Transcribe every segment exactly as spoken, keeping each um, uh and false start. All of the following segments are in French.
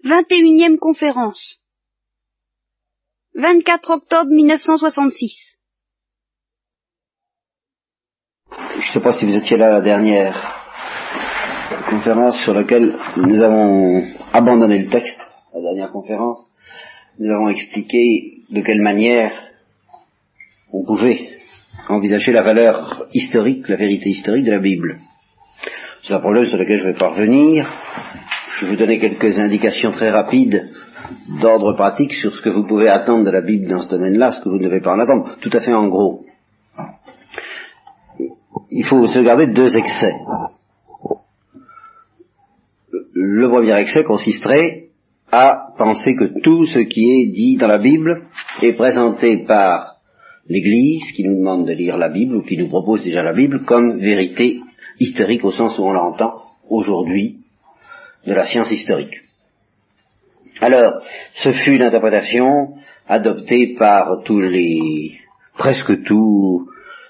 vingt et unième conférence. vingt-quatre octobre mille neuf cent soixante-six. Je ne sais pas si vous étiez là à la dernière conférence sur laquelle nous avons abandonné le texte, la dernière conférence. Nous avons expliqué de quelle manière on pouvait envisager la valeur historique, la vérité historique de la Bible. C'est un problème sur lequel je vais pas revenir. Je vais vous donner quelques indications très rapides d'ordre pratique sur ce que vous pouvez attendre de la Bible dans ce domaine-là, ce que vous ne devez pas en attendre, tout à fait en gros. Il faut se garder de deux excès. Le premier excès consisterait à penser que tout ce qui est dit dans la Bible est présenté par l'Église, qui nous demande de lire la Bible, ou qui nous propose déjà la Bible, comme vérité historique au sens où on l'entend aujourd'hui de la science historique. Alors, ce fut l'interprétation adoptée par tous les, presque tous,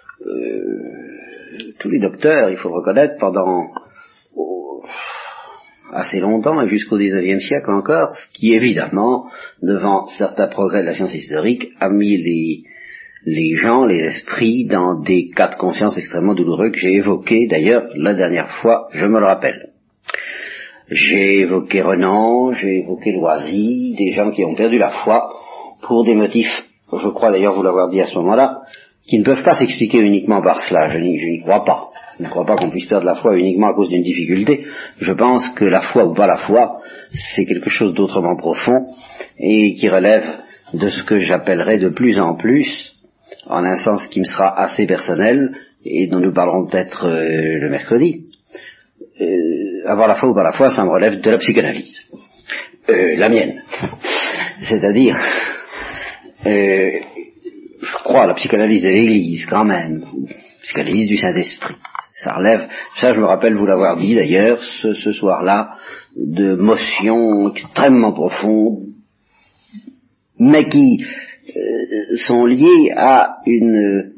euh, tous les docteurs, il faut le reconnaître, pendant oh, assez longtemps et jusqu'au dix-neuvième siècle encore, ce qui évidemment, devant certains progrès de la science historique, a mis les, les gens, les esprits, dans des cas de conscience extrêmement douloureux que j'ai évoqués, d'ailleurs, la dernière fois, je me le rappelle. J'ai évoqué Renan, j'ai évoqué Loisy, des gens qui ont perdu la foi pour des motifs, je crois d'ailleurs vous l'avoir dit à ce moment-là, qui ne peuvent pas s'expliquer uniquement par cela. Je n'y, je n'y crois pas. Je ne crois pas qu'on puisse perdre la foi uniquement à cause d'une difficulté. Je pense que la foi ou pas la foi, c'est quelque chose d'autrement profond et qui relève de ce que j'appellerai de plus en plus, en un sens qui me sera assez personnel et dont nous parlerons peut-être euh, le mercredi. Euh, avoir la foi ou pas la foi, ça me relève de la psychanalyse. Euh, la mienne. C'est-à-dire, euh, je crois à la psychanalyse de l'Église quand même, psychanalyse du Saint-Esprit. Ça relève, ça je me rappelle vous l'avoir dit d'ailleurs, ce, ce soir-là, de motions extrêmement profondes, mais qui euh, sont liées à une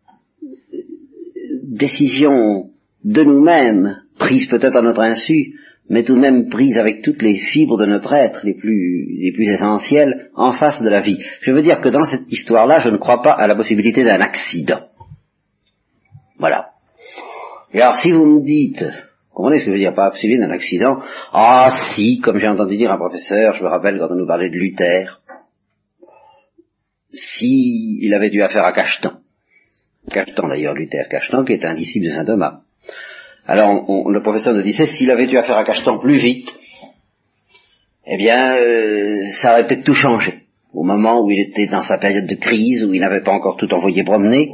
décision de nous-mêmes, prise peut-être à notre insu, mais tout de même prise avec toutes les fibres de notre être, les plus, les plus essentielles, en face de la vie. Je veux dire que dans cette histoire-là, je ne crois pas à la possibilité d'un accident. Voilà. Et alors, si vous me dites, comprenez ce que je veux dire, pas possibilité d'un accident, ah si, comme j'ai entendu dire un professeur, je me rappelle quand on nous parlait de Luther, si il avait eu affaire à Cachetan, Cachetan d'ailleurs, Luther Cachetan, qui est un disciple de saint Thomas. Alors, on, le professeur nous disait, s'il avait eu affaire à Cachetan plus vite, eh bien, euh, ça aurait peut-être tout changé. Au moment où il était dans sa période de crise, où il n'avait pas encore tout envoyé promener,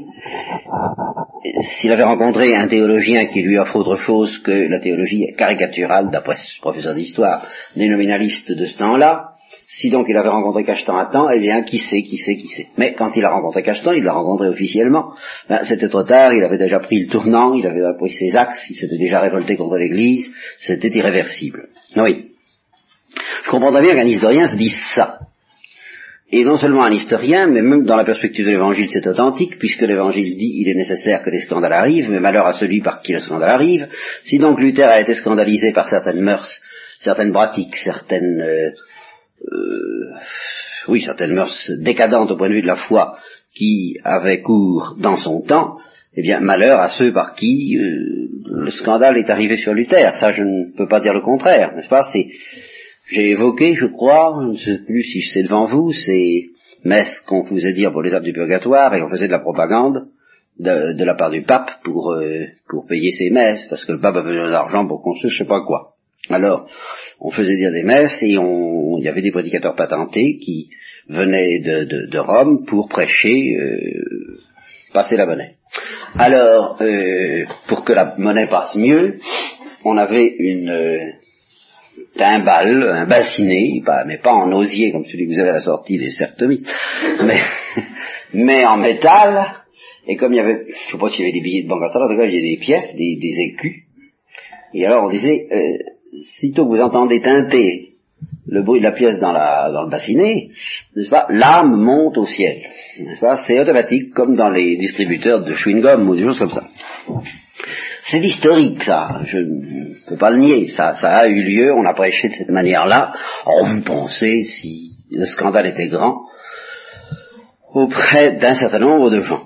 s'il avait rencontré un théologien qui lui offre autre chose que la théologie caricaturale, d'après ce professeur d'histoire, des nominalistes de ce temps-là, si donc il avait rencontré Cachetan à temps, eh bien, qui sait, qui sait, qui sait. Mais quand il a rencontré Cachetan, il l'a rencontré officiellement, ben, c'était trop tard, il avait déjà pris le tournant, il avait pris ses axes, il s'était déjà révolté contre l'Église, c'était irréversible. Oui. Je comprendrais bien qu'un historien se dise ça. Et non seulement un historien, mais même dans la perspective de l'Évangile, c'est authentique, puisque l'Évangile dit il est nécessaire que des scandales arrivent, mais malheur à celui par qui le scandale arrive. Si donc Luther a été scandalisé par certaines mœurs, certaines pratiques, certaines... Euh, Euh, oui, certaines mœurs décadentes au point de vue de la foi qui avaient cours dans son temps, eh bien, malheur à ceux par qui euh, le scandale est arrivé sur Luther. Ça, je ne peux pas dire le contraire, n'est-ce pas? C'est, j'ai évoqué, je crois, je ne sais plus si c'est devant vous, ces messes qu'on faisait dire pour les âmes du purgatoire, et on faisait de la propagande de, de la part du pape pour, euh, pour payer ses messes, parce que le pape a besoin d'argent pour construire je sais pas quoi. Alors, on faisait dire des messes et on, il y avait des prédicateurs patentés qui venaient de, de, de Rome pour prêcher, euh, passer la monnaie. Alors, euh, pour que la monnaie passe mieux, on avait une euh, timbale, un bassinet, pas, mais pas en osier comme celui que vous avez à la sortie des Certomis, mais, mais en métal. Et comme il y avait, je sais pas s'il y avait des billets de banque à ça, en tout cas il y avait des pièces, des, des écus. Et alors on disait, euh, sitôt que vous entendez teinter le bruit de la pièce dans, la, dans le bassinet, n'est-ce pas, l'âme monte au ciel, n'est-ce pas, c'est automatique, comme dans les distributeurs de chewing-gum ou des choses comme ça. C'est historique, ça, je ne peux pas le nier, ça, ça a eu lieu, on a prêché de cette manière-là. Oh, vous pensez, si le scandale était grand, auprès d'un certain nombre de gens.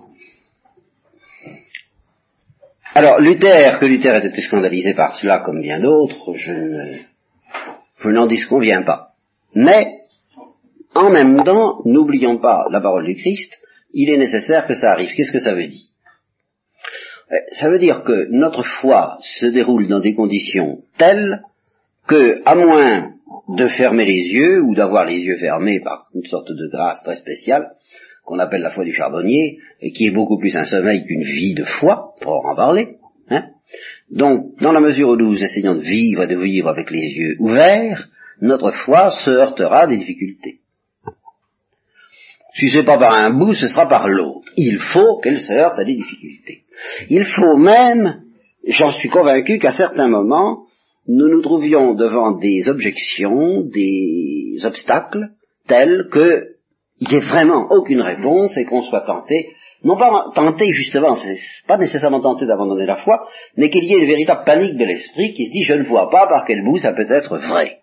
Alors, Luther, que Luther ait été scandalisé par cela comme bien d'autres, je, ne, je n'en disconviens pas. Mais, en même temps, n'oublions pas la parole du Christ, il est nécessaire que ça arrive. Qu'est-ce que ça veut dire? Ça veut dire que notre foi se déroule dans des conditions telles que, à moins de fermer les yeux, ou d'avoir les yeux fermés par une sorte de grâce très spéciale, qu'on appelle la foi du charbonnier, et qui est beaucoup plus un sommeil qu'une vie de foi, pour en parler. Hein. Donc, dans la mesure où nous essayons de vivre et de vivre avec les yeux ouverts, notre foi se heurtera à des difficultés. Si c'est pas par un bout, ce sera par l'autre. Il faut qu'elle se heurte à des difficultés. Il faut même, j'en suis convaincu qu'à certains moments, nous nous trouvions devant des objections, des obstacles, tels que il n'y ait vraiment aucune réponse et qu'on soit tenté, non pas tenté justement, c'est pas nécessairement tenté d'abandonner la foi, mais qu'il y ait une véritable panique de l'esprit qui se dit je ne vois pas par quel bout ça peut être vrai.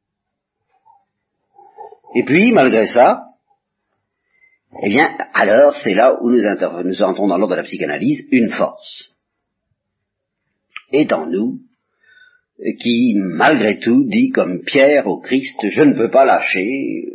Et puis, malgré ça, eh bien, alors c'est là où nous, nous entrons dans l'ordre de la psychanalyse, une force est en nous, qui, malgré tout, dit comme Pierre au Christ, je ne peux pas lâcher,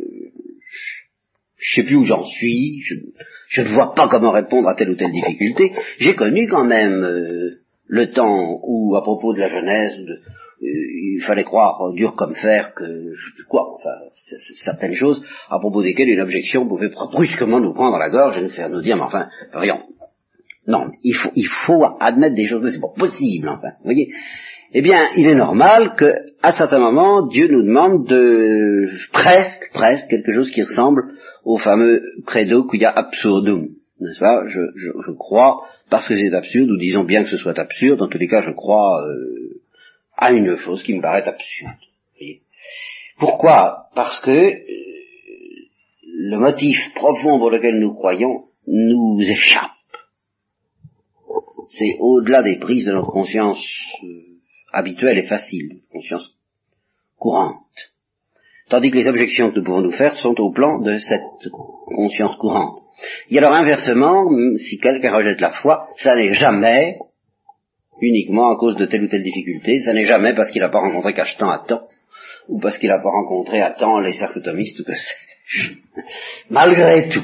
je ne sais plus où j'en suis, je, je ne vois pas comment répondre à telle ou telle difficulté. J'ai connu quand même euh, le temps où, à propos de la Genèse, de, euh, il fallait croire dur comme fer que, je sais plus quoi, enfin, c- c- certaines choses à propos desquelles une objection pouvait brusquement nous prendre à la gorge et nous faire nous dire, mais enfin, voyons, non, il faut, il faut admettre des choses, mais c'est pas possible, enfin, vous voyez. Eh bien, il est normal que, à certains moments, Dieu nous demande de presque, presque quelque chose qui ressemble au fameux credo quia absurdum, n'est-ce pas? Je, je, je crois parce que c'est absurde, ou disons bien que ce soit absurde. En tous les cas, je crois euh, à une chose qui me paraît absurde. Voyez. Pourquoi? Parce que euh, le motif profond pour lequel nous croyons nous échappe. C'est au-delà des prises de notre conscience euh, habituelle et facile, conscience courante. Tandis que les objections que nous pouvons nous faire sont au plan de cette conscience courante. Et alors inversement, si quelqu'un rejette la foi, ça n'est jamais uniquement à cause de telle ou telle difficulté, ça n'est jamais parce qu'il n'a pas rencontré Cachetan à temps, ou parce qu'il n'a pas rencontré à temps les cercles thomistes ou que sais-je. Malgré tout.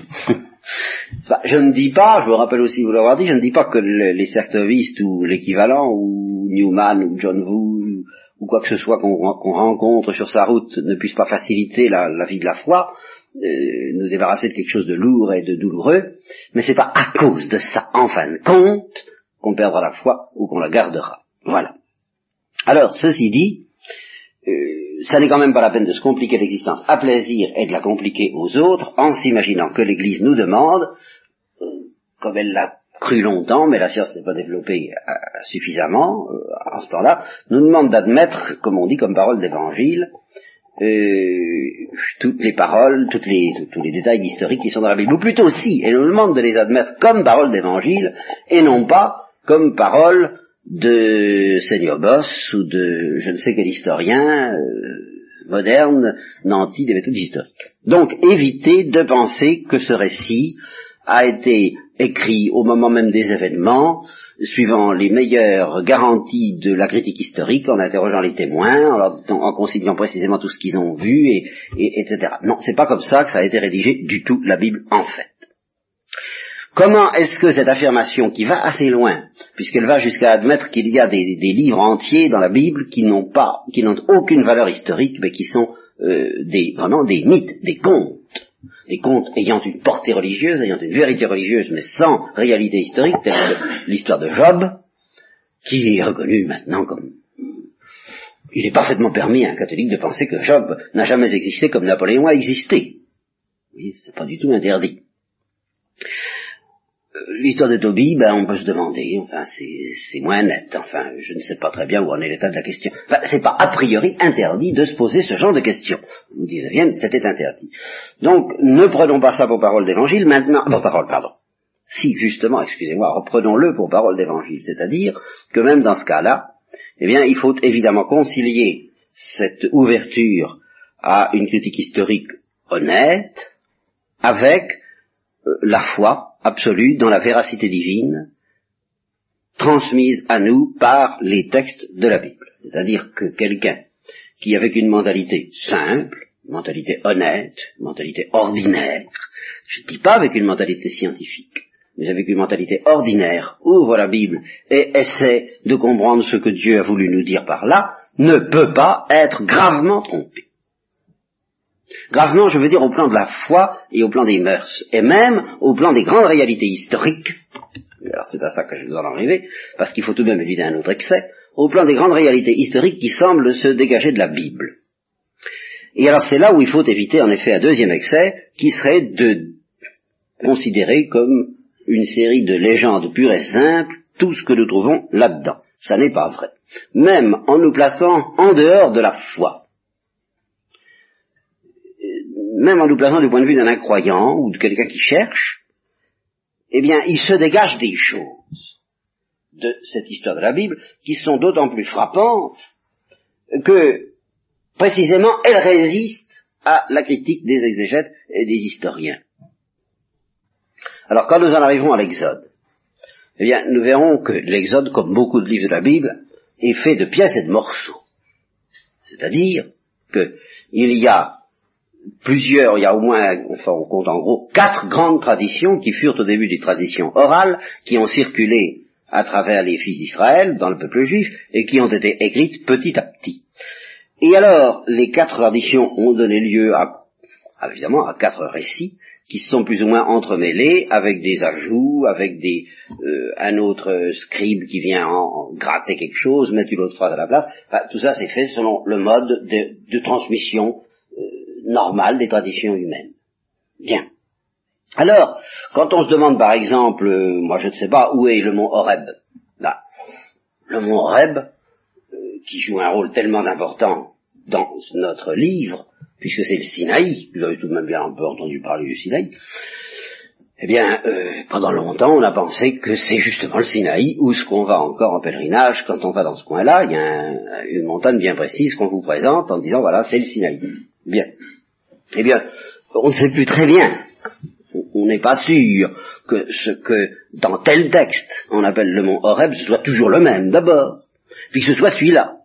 Bah, je ne dis pas, je me rappelle aussi vous l'avoir dit, je ne dis pas que le, les cerclevistes ou l'équivalent, ou Newman ou John Woo, ou quoi que ce soit qu'on, qu'on rencontre sur sa route ne puisse pas faciliter la, la vie de la foi, euh, nous débarrasser de quelque chose de lourd et de douloureux, mais c'est pas à cause de ça, en fin de compte, qu'on perdra la foi ou qu'on la gardera. Voilà. Alors, ceci dit, euh, ça n'est quand même pas la peine de se compliquer l'existence à plaisir et de la compliquer aux autres en s'imaginant que l'Église nous demande, euh, comme elle l'a cru longtemps, mais la science n'est pas développée euh, suffisamment euh, en ce temps-là, nous demande d'admettre, comme on dit, comme parole d'évangile, euh, toutes les paroles, toutes les, tous les détails historiques qui sont dans la Bible, ou plutôt si, elle nous demande de les admettre comme parole d'évangile, et non pas comme parole de Seigneur Boss ou de je ne sais quel historien euh, moderne, nanti des méthodes historiques. Donc, évitez de penser que ce récit a été écrit au moment même des événements, suivant les meilleures garanties de la critique historique, en interrogeant les témoins, en, leur, en consignant précisément tout ce qu'ils ont vu, et, et, etc. Non, c'est pas comme ça que ça a été rédigé du tout, la Bible, en fait. Comment est-ce que cette affirmation, qui va assez loin, puisqu'elle va jusqu'à admettre qu'il y a des, des livres entiers dans la Bible qui n'ont pas, qui n'ont aucune valeur historique, mais qui sont euh, des, vraiment des mythes, des contes, des contes ayant une portée religieuse, ayant une vérité religieuse, mais sans réalité historique, telle que l'histoire de Job, qui est reconnue maintenant comme... Il est parfaitement permis à un catholique de penser que Job n'a jamais existé comme Napoléon a existé. Oui, c'est pas du tout interdit. L'histoire de Tobie, ben, on peut se demander, enfin, c'est, c'est moins net, enfin, je ne sais pas très bien où en est l'état de la question. Enfin, c'est pas a priori interdit de se poser ce genre de questions. Vous disiez bien, c'était interdit. Donc, ne prenons pas ça pour parole d'évangile, maintenant, pour parole, pardon. Si, justement, excusez-moi, reprenons-le pour parole d'évangile, c'est-à-dire que même dans ce cas-là, eh bien, il faut évidemment concilier cette ouverture à une critique historique honnête avec euh, la foi absolue dans la véracité divine transmise à nous par les textes de la Bible. C'est-à-dire que quelqu'un qui, avec une mentalité simple, une mentalité honnête, une mentalité ordinaire, je ne dis pas avec une mentalité scientifique, mais avec une mentalité ordinaire, ouvre la Bible et essaie de comprendre ce que Dieu a voulu nous dire par là, ne peut pas être gravement trompé. Gravement, je veux dire au plan de la foi et au plan des mœurs, et même au plan des grandes réalités historiques. Alors c'est à ça que je dois en arriver, parce qu'il faut tout de même éviter un autre excès, au plan des grandes réalités historiques qui semblent se dégager de la Bible. Et alors c'est là où il faut éviter en effet un deuxième excès, qui serait de considérer comme une série de légendes pures et simples tout ce que nous trouvons là-dedans. Ça n'est pas vrai. Même en nous plaçant en dehors de la foi, même en nous plaçant du point de vue d'un incroyant ou de quelqu'un qui cherche, eh bien, il se dégage des choses de cette histoire de la Bible qui sont d'autant plus frappantes que, précisément, elles résistent à la critique des exégètes et des historiens. Alors, quand nous en arrivons à l'Exode, eh bien, nous verrons que l'Exode, comme beaucoup de livres de la Bible, est fait de pièces et de morceaux. C'est-à-dire qu'il y a plusieurs, il y a au moins, enfin on compte en gros, quatre grandes traditions qui furent au début des traditions orales, qui ont circulé à travers les fils d'Israël, dans le peuple juif, et qui ont été écrites petit à petit. Et alors, les quatre traditions ont donné lieu à, évidemment, à quatre récits, qui se sont plus ou moins entremêlés, avec des ajouts, avec des, euh, un autre scribe qui vient en, en gratter quelque chose, mettre une autre phrase à la place. Enfin, tout ça c'est fait selon le mode de, de transmission euh, normal des traditions humaines. Bien. Alors, quand on se demande par exemple, euh, moi je ne sais pas, où est le mont Horeb? Là, le mont Horeb, euh, qui joue un rôle tellement important dans notre livre, puisque c'est le Sinaï, vous avez tout de même bien un peu entendu parler du Sinaï, eh bien, euh, pendant longtemps, on a pensé que c'est justement le Sinaï, où ce qu'on va encore en pèlerinage, quand on va dans ce coin-là, il y a un, une montagne bien précise qu'on vous présente en disant, voilà, c'est le Sinaï. Bien. Eh bien, on ne sait plus très bien, on n'est pas sûr que ce que, dans tel texte, on appelle le mont Horeb, ce soit toujours le même, d'abord, puis que ce soit celui-là.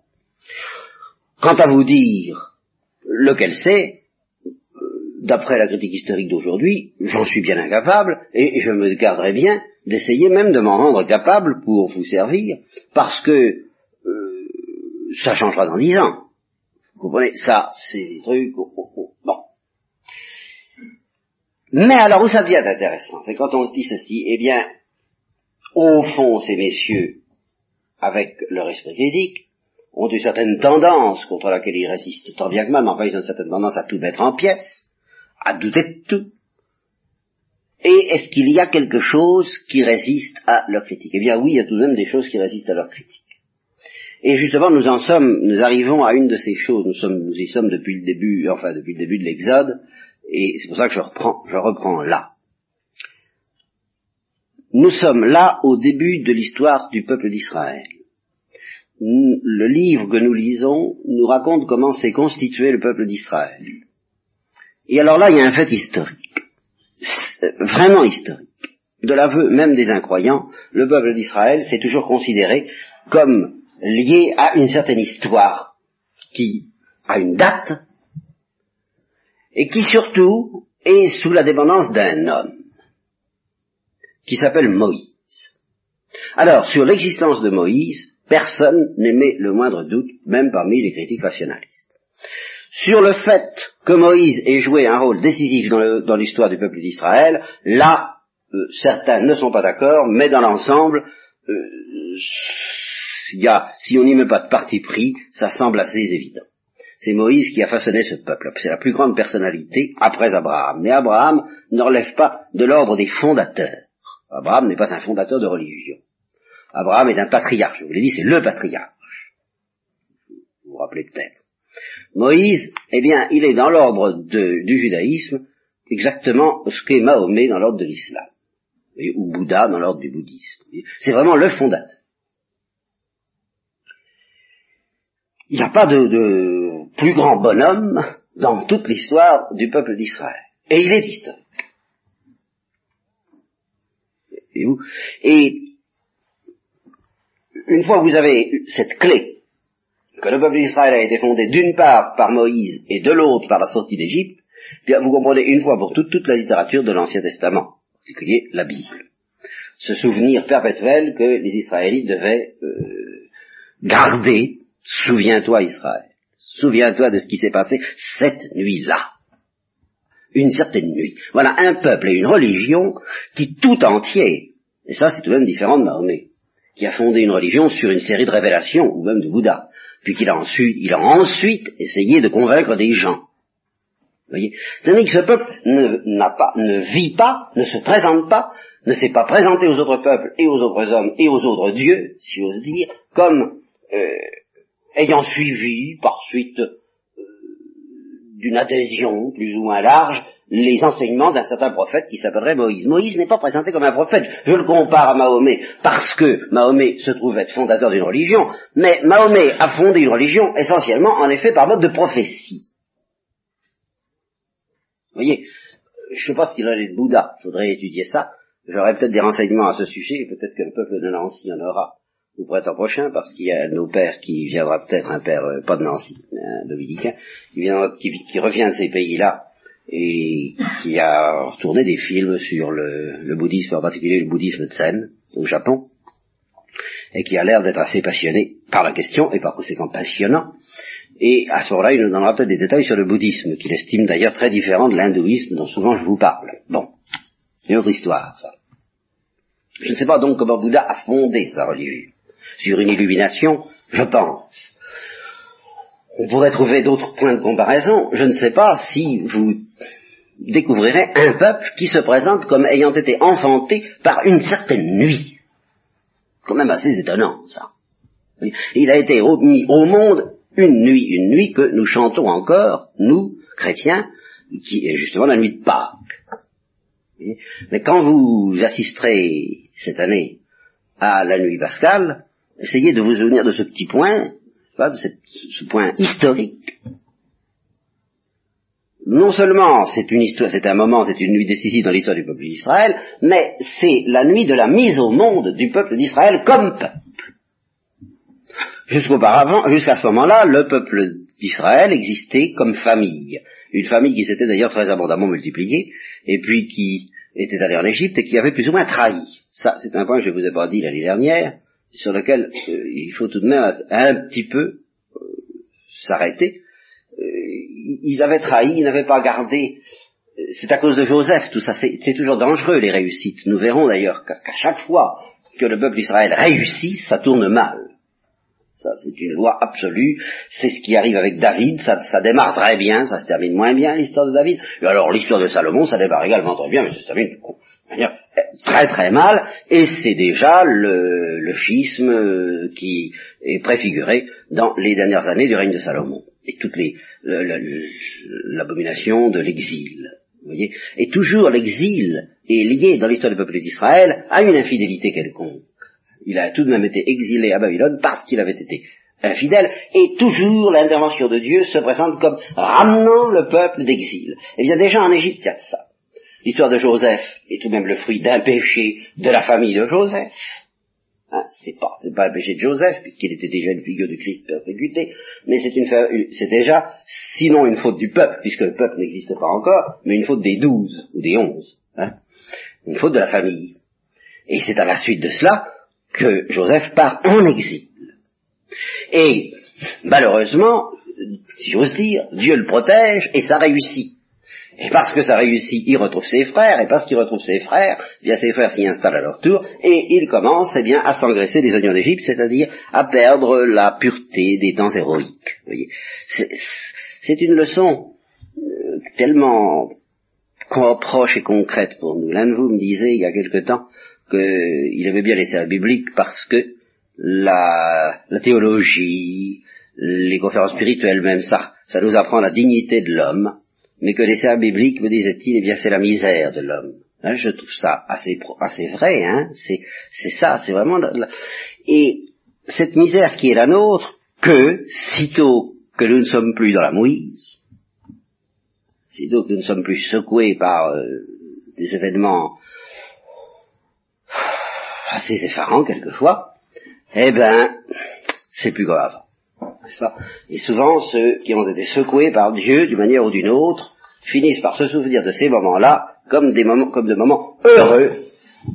Quant à vous dire lequel c'est, d'après la critique historique d'aujourd'hui, j'en suis bien incapable, et je me garderai bien d'essayer même de m'en rendre capable pour vous servir, parce que euh, ça changera dans dix ans. Vous comprenez? Ça, c'est des trucs... Oh, oh, oh, bon. Mais alors, où ça devient intéressant, c'est quand on se dit ceci, eh bien, au fond, ces messieurs, avec leur esprit critique, ont une certaine tendance contre laquelle ils résistent tant bien que mal, mais enfin ils ont une certaine tendance à tout mettre en pièces, à douter de tout. Et est-ce qu'il y a quelque chose qui résiste à leur critique? Eh bien oui, il y a tout de même des choses qui résistent à leur critique. Et justement, nous en sommes, nous arrivons à une de ces choses, nous sommes, nous y sommes depuis le début, enfin depuis le début de l'Exode, et c'est pour ça que je reprends, je reprends là. Nous sommes là au début de l'histoire du peuple d'Israël. Le livre que nous lisons nous raconte comment s'est constitué le peuple d'Israël. Et alors là, il y a un fait historique, vraiment historique. De l'aveu même des incroyants, le peuple d'Israël s'est toujours considéré comme lié à une certaine histoire, qui a une date, et qui surtout est sous la dépendance d'un homme, qui s'appelle Moïse. Alors, sur l'existence de Moïse, personne n'émet le moindre doute, même parmi les critiques rationalistes. Sur le fait que Moïse ait joué un rôle décisif dans, le, dans l'histoire du peuple d'Israël, là, euh, certains ne sont pas d'accord, mais dans l'ensemble, euh, y a, si on n'y met pas de parti pris, ça semble assez évident. C'est Moïse qui a façonné ce peuple. C'est la plus grande personnalité après Abraham. Mais Abraham ne relève pas de l'ordre des fondateurs. Abraham n'est pas un fondateur de religion. Abraham est un patriarche, je vous l'ai dit, c'est le patriarche. Vous vous rappelez peut-être. Moïse, eh bien, il est dans l'ordre de, du judaïsme exactement ce qu'est Mahomet dans l'ordre de l'islam. ou Bouddha dans l'ordre du bouddhisme. C'est vraiment le fondateur. Il n'y a pas de, de plus grand bonhomme dans toute l'histoire du peuple d'Israël. Et il est historique. Et, où et une fois que vous avez cette clé, que le peuple d'Israël a été fondé d'une part par Moïse et de l'autre par la sortie d'Égypte, bien vous comprenez une fois pour toutes toute la littérature de l'Ancien Testament, en particulier la Bible. Ce souvenir perpétuel que les Israélites devaient euh, garder. Souviens-toi Israël, souviens-toi de ce qui s'est passé cette nuit-là. Une certaine nuit. Voilà un peuple et une religion qui tout entier, et ça c'est tout de même différent de Mahomet, qui a fondé une religion sur une série de révélations, ou même de Bouddha, puis qu'il a ensuite, il a ensuite essayé de convaincre des gens. Vous voyez, c'est-à-dire que ce peuple ne, n'a pas, ne vit pas, ne se présente pas, ne s'est pas présenté aux autres peuples et aux autres hommes et aux autres dieux, si j'ose dire, comme euh, ayant suivi par suite euh, d'une adhésion plus ou moins large les enseignements d'un certain prophète qui s'appellerait Moïse. Moïse n'est pas présenté comme un prophète. Je le compare à Mahomet parce que Mahomet se trouve être fondateur d'une religion, mais Mahomet a fondé une religion essentiellement en effet par mode de prophétie. Vous voyez, je ne sais pas ce qu'il en est de Bouddha, il faudrait étudier ça. J'aurais peut-être des renseignements à ce sujet, et peut-être que le peuple de Nancy en aura au printemps prochain, parce qu'il y a nos pères qui viendra peut-être, un père, euh, pas de Nancy, mais un dominicain, qui, viendra, qui, qui revient de ces pays-là, et qui a retourné des films sur le, le bouddhisme, en particulier le bouddhisme Zen, au Japon, et qui a l'air d'être assez passionné par la question, et par conséquent passionnant. Et à ce moment-là, il nous donnera peut-être des détails sur le bouddhisme, qu'il estime d'ailleurs très différent de l'hindouisme dont souvent je vous parle. Bon, c'est une autre histoire, ça. Je ne sais pas donc comment Bouddha a fondé sa religion. Sur une illumination, je pense. On pourrait trouver d'autres points de comparaison. Je ne sais pas si vous découvrirez un peuple qui se présente comme ayant été enfanté par une certaine nuit. Quand même assez étonnant, ça. Il a été mis au monde une nuit, une nuit que nous chantons encore, nous, chrétiens, qui est justement la nuit de Pâques. Mais quand vous assisterez cette année à la nuit pascale, essayez de vous souvenir de ce petit point, de cette, ce point historique. Non seulement c'est une histoire, c'est un moment, c'est une nuit décisive dans l'histoire du peuple d'Israël, mais c'est la nuit de la mise au monde du peuple d'Israël comme peuple. Jusqu'auparavant, jusqu'à ce moment-là, le peuple d'Israël existait comme famille. Une famille qui s'était d'ailleurs très abondamment multipliée, et puis qui était allée en Égypte et qui avait plus ou moins trahi. Ça, c'est un point que je ne vous ai pas dit l'année dernière, sur lequel euh, il faut tout de même un petit peu euh, s'arrêter. Euh, ils avaient trahi, ils n'avaient pas gardé. C'est à cause de Joseph, tout ça. C'est, c'est toujours dangereux, les réussites. Nous verrons d'ailleurs qu'à, qu'à chaque fois que le peuple d'Israël réussit, ça tourne mal. Ça, c'est une loi absolue. C'est ce qui arrive avec David. Ça, ça démarre très bien, ça se termine moins bien, l'histoire de David. Et alors, l'histoire de Salomon, ça démarre également très bien, mais ça se termine de manière très très mal. Et c'est déjà le, le schisme qui est préfiguré dans les dernières années du règne de Salomon. Et toutes les, le, le, l'abomination de l'exil. Vous voyez. Et toujours l'exil est lié dans l'histoire du peuple d'Israël à une infidélité quelconque. Il a tout de même été exilé à Babylone parce qu'il avait été infidèle, et toujours l'intervention de Dieu se présente comme ramenant le peuple d'exil. Eh bien déjà en Égypte, il y a de ça. L'histoire de Joseph est tout de même le fruit d'un péché de la famille de Joseph. Hein, c'est pas, c'est pas le péché de Joseph, puisqu'il était déjà une figure du Christ persécuté, mais c'est, une, c'est déjà, sinon une faute du peuple, puisque le peuple n'existe pas encore, mais une faute des douze, ou des onze. Hein, une faute de la famille. Et c'est à la suite de cela que Joseph part en exil. Et, malheureusement, si j'ose dire, Dieu le protège et ça réussit. Et parce que ça réussit, il retrouve ses frères, et parce qu'il retrouve ses frères, eh bien ses frères s'y installent à leur tour, et il commence, eh bien, à s'engraisser des oignons d'Égypte, c'est-à-dire à perdre la pureté des temps héroïques. Vous voyez, c'est, c'est une leçon euh, tellement proche et concrète pour nous. L'un de vous me disait, il y a quelque temps, qu'il aimait bien les séries bibliques parce que la, la théologie, les conférences spirituelles même, ça, ça nous apprend la dignité de l'homme, mais que les séries bibliques, me disait-il, eh bien c'est la misère de l'homme. Hein, je trouve ça assez, assez vrai, hein, c'est, c'est ça, c'est vraiment... Et cette misère qui est la nôtre, que, sitôt que nous ne sommes plus dans la mouise, sitôt que nous ne sommes plus secoués par euh, des événements assez effarants quelquefois, eh ben, c'est plus grave, n'est-ce pas? Et souvent, ceux qui ont été secoués par Dieu d'une manière ou d'une autre, finissent par se souvenir de ces moments-là comme des moments, comme de moments heureux,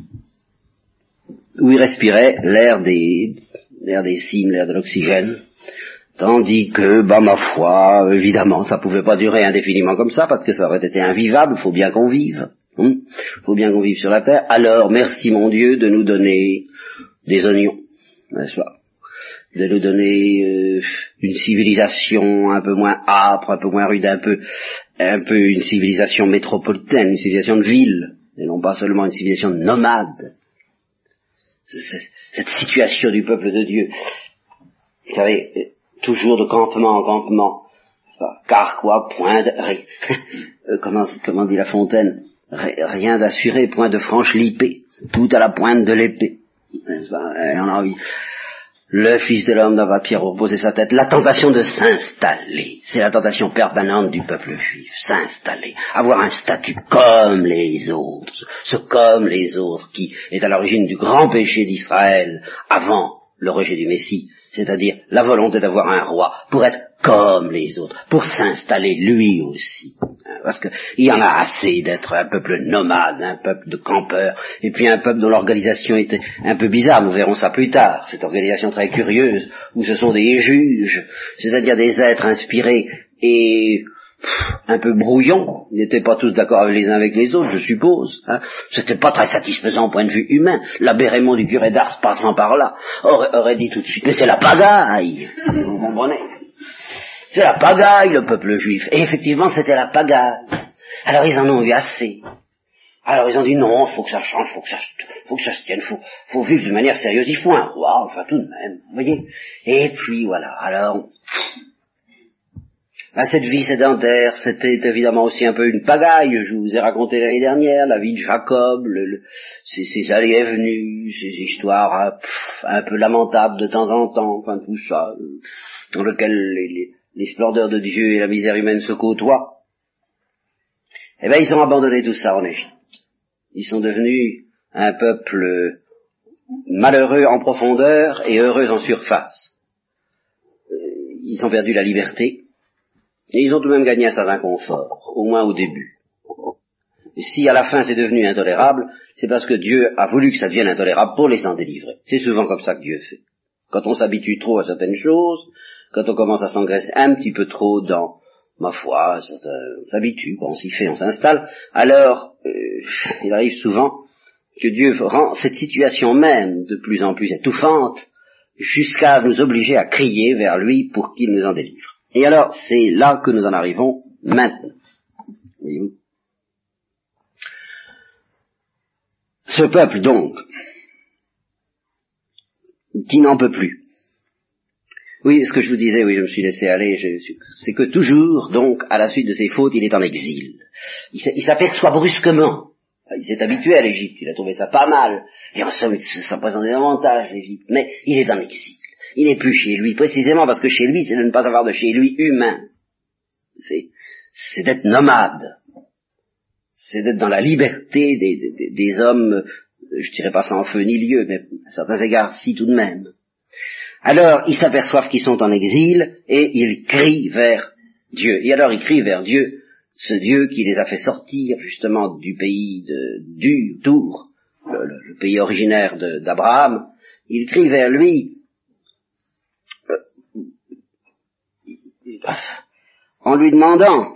où ils respiraient l'air des, l'air des cimes, l'air de l'oxygène, tandis que, bah, ma foi, évidemment, ça pouvait pas durer indéfiniment comme ça, parce que ça aurait été invivable, il faut bien qu'on vive, il hein, faut bien qu'on vive sur la terre. Alors, merci mon Dieu de nous donner des oignons, n'est-ce pas? De nous donner euh, une civilisation un peu moins âpre, un peu moins rude, un peu, un peu une civilisation métropolitaine, une civilisation de ville, et non pas seulement une civilisation de nomade. Cette situation du peuple de Dieu, vous savez, toujours de campement en campement, car quoi, point de, comment, comment dit La Fontaine, rien d'assuré, point de franche lipée, tout à la pointe de l'épée. On a envie. Le Fils de l'homme n'a pas de pierre pour reposer sa tête. La tentation de s'installer, c'est la tentation permanente du peuple juif. S'installer, avoir un statut comme les autres, ce comme les autres qui est à l'origine du grand péché d'Israël avant le rejet du Messie, c'est-à-dire la volonté d'avoir un roi pour être comme les autres, pour s'installer lui aussi. Parce qu'il y en a assez d'être un peuple nomade, un peuple de campeurs, et puis un peuple dont l'organisation était un peu bizarre, nous verrons ça plus tard, cette organisation très curieuse, où ce sont des juges, c'est-à-dire des êtres inspirés et pff, un peu brouillons, ils n'étaient pas tous d'accord les uns avec les autres, je suppose, hein. C'était pas très satisfaisant au point de vue humain. L'abbé Raymond du curé d'Ars, passant par là, aurait, aurait dit tout de suite, mais c'est la pagaille, vous comprenez? C'est la pagaille, le peuple juif. Et effectivement, c'était la pagaille. Alors ils en ont eu assez. Alors ils ont dit non, faut que ça change, faut que ça, faut que ça se tienne, faut, faut vivre d'une manière sérieuse. Il faut un roi, enfin tout de même, vous voyez. Et puis voilà. Alors, ben, cette vie sédentaire, c'était évidemment aussi un peu une pagaille. Je vous ai raconté l'année dernière la vie de Jacob, le, le, ses, ses allées et venues, ses histoires pff, un peu lamentables de temps en temps, enfin tout ça, euh, dans lequel les, les les splendeurs de Dieu et la misère humaine se côtoient, eh bien ils ont abandonné tout ça en Égypte. Ils sont devenus un peuple malheureux en profondeur et heureux en surface. Ils ont perdu la liberté, et ils ont tout de même gagné un certain confort, au moins au début. Et si à la fin c'est devenu intolérable, c'est parce que Dieu a voulu que ça devienne intolérable pour les en délivrer. C'est souvent comme ça que Dieu fait. Quand on s'habitue trop à certaines choses, quand on commence à s'engraisser un petit peu trop dans, ma foi, on s'habitue, on s'y fait, on s'installe, alors euh, il arrive souvent que Dieu rend cette situation même de plus en plus étouffante jusqu'à nous obliger à crier vers lui pour qu'il nous en délivre. Et alors, c'est là que nous en arrivons maintenant. Voyez-vous ? Ce peuple, donc, qui n'en peut plus. Oui, ce que je vous disais, oui, je me suis laissé aller, je, c'est que toujours, donc, à la suite de ses fautes, il est en exil. Il s'aperçoit brusquement. Il s'est habitué à l'Égypte, il a trouvé ça pas mal, et en somme, ça présente des avantages, l'Égypte, mais il est en exil. Il n'est plus chez lui, précisément parce que chez lui, c'est de ne pas avoir de chez lui humain. C'est, c'est d'être nomade. C'est d'être dans la liberté des, des, des hommes, je dirais pas sans feu ni lieu, mais à certains égards, si tout de même. Alors, ils s'aperçoivent qu'ils sont en exil, et ils crient vers Dieu. Et alors, ils crient vers Dieu, ce Dieu qui les a fait sortir, justement, du pays de du Tour, le, le, le pays originaire de, d'Abraham. Ils crient vers lui, euh, en lui demandant,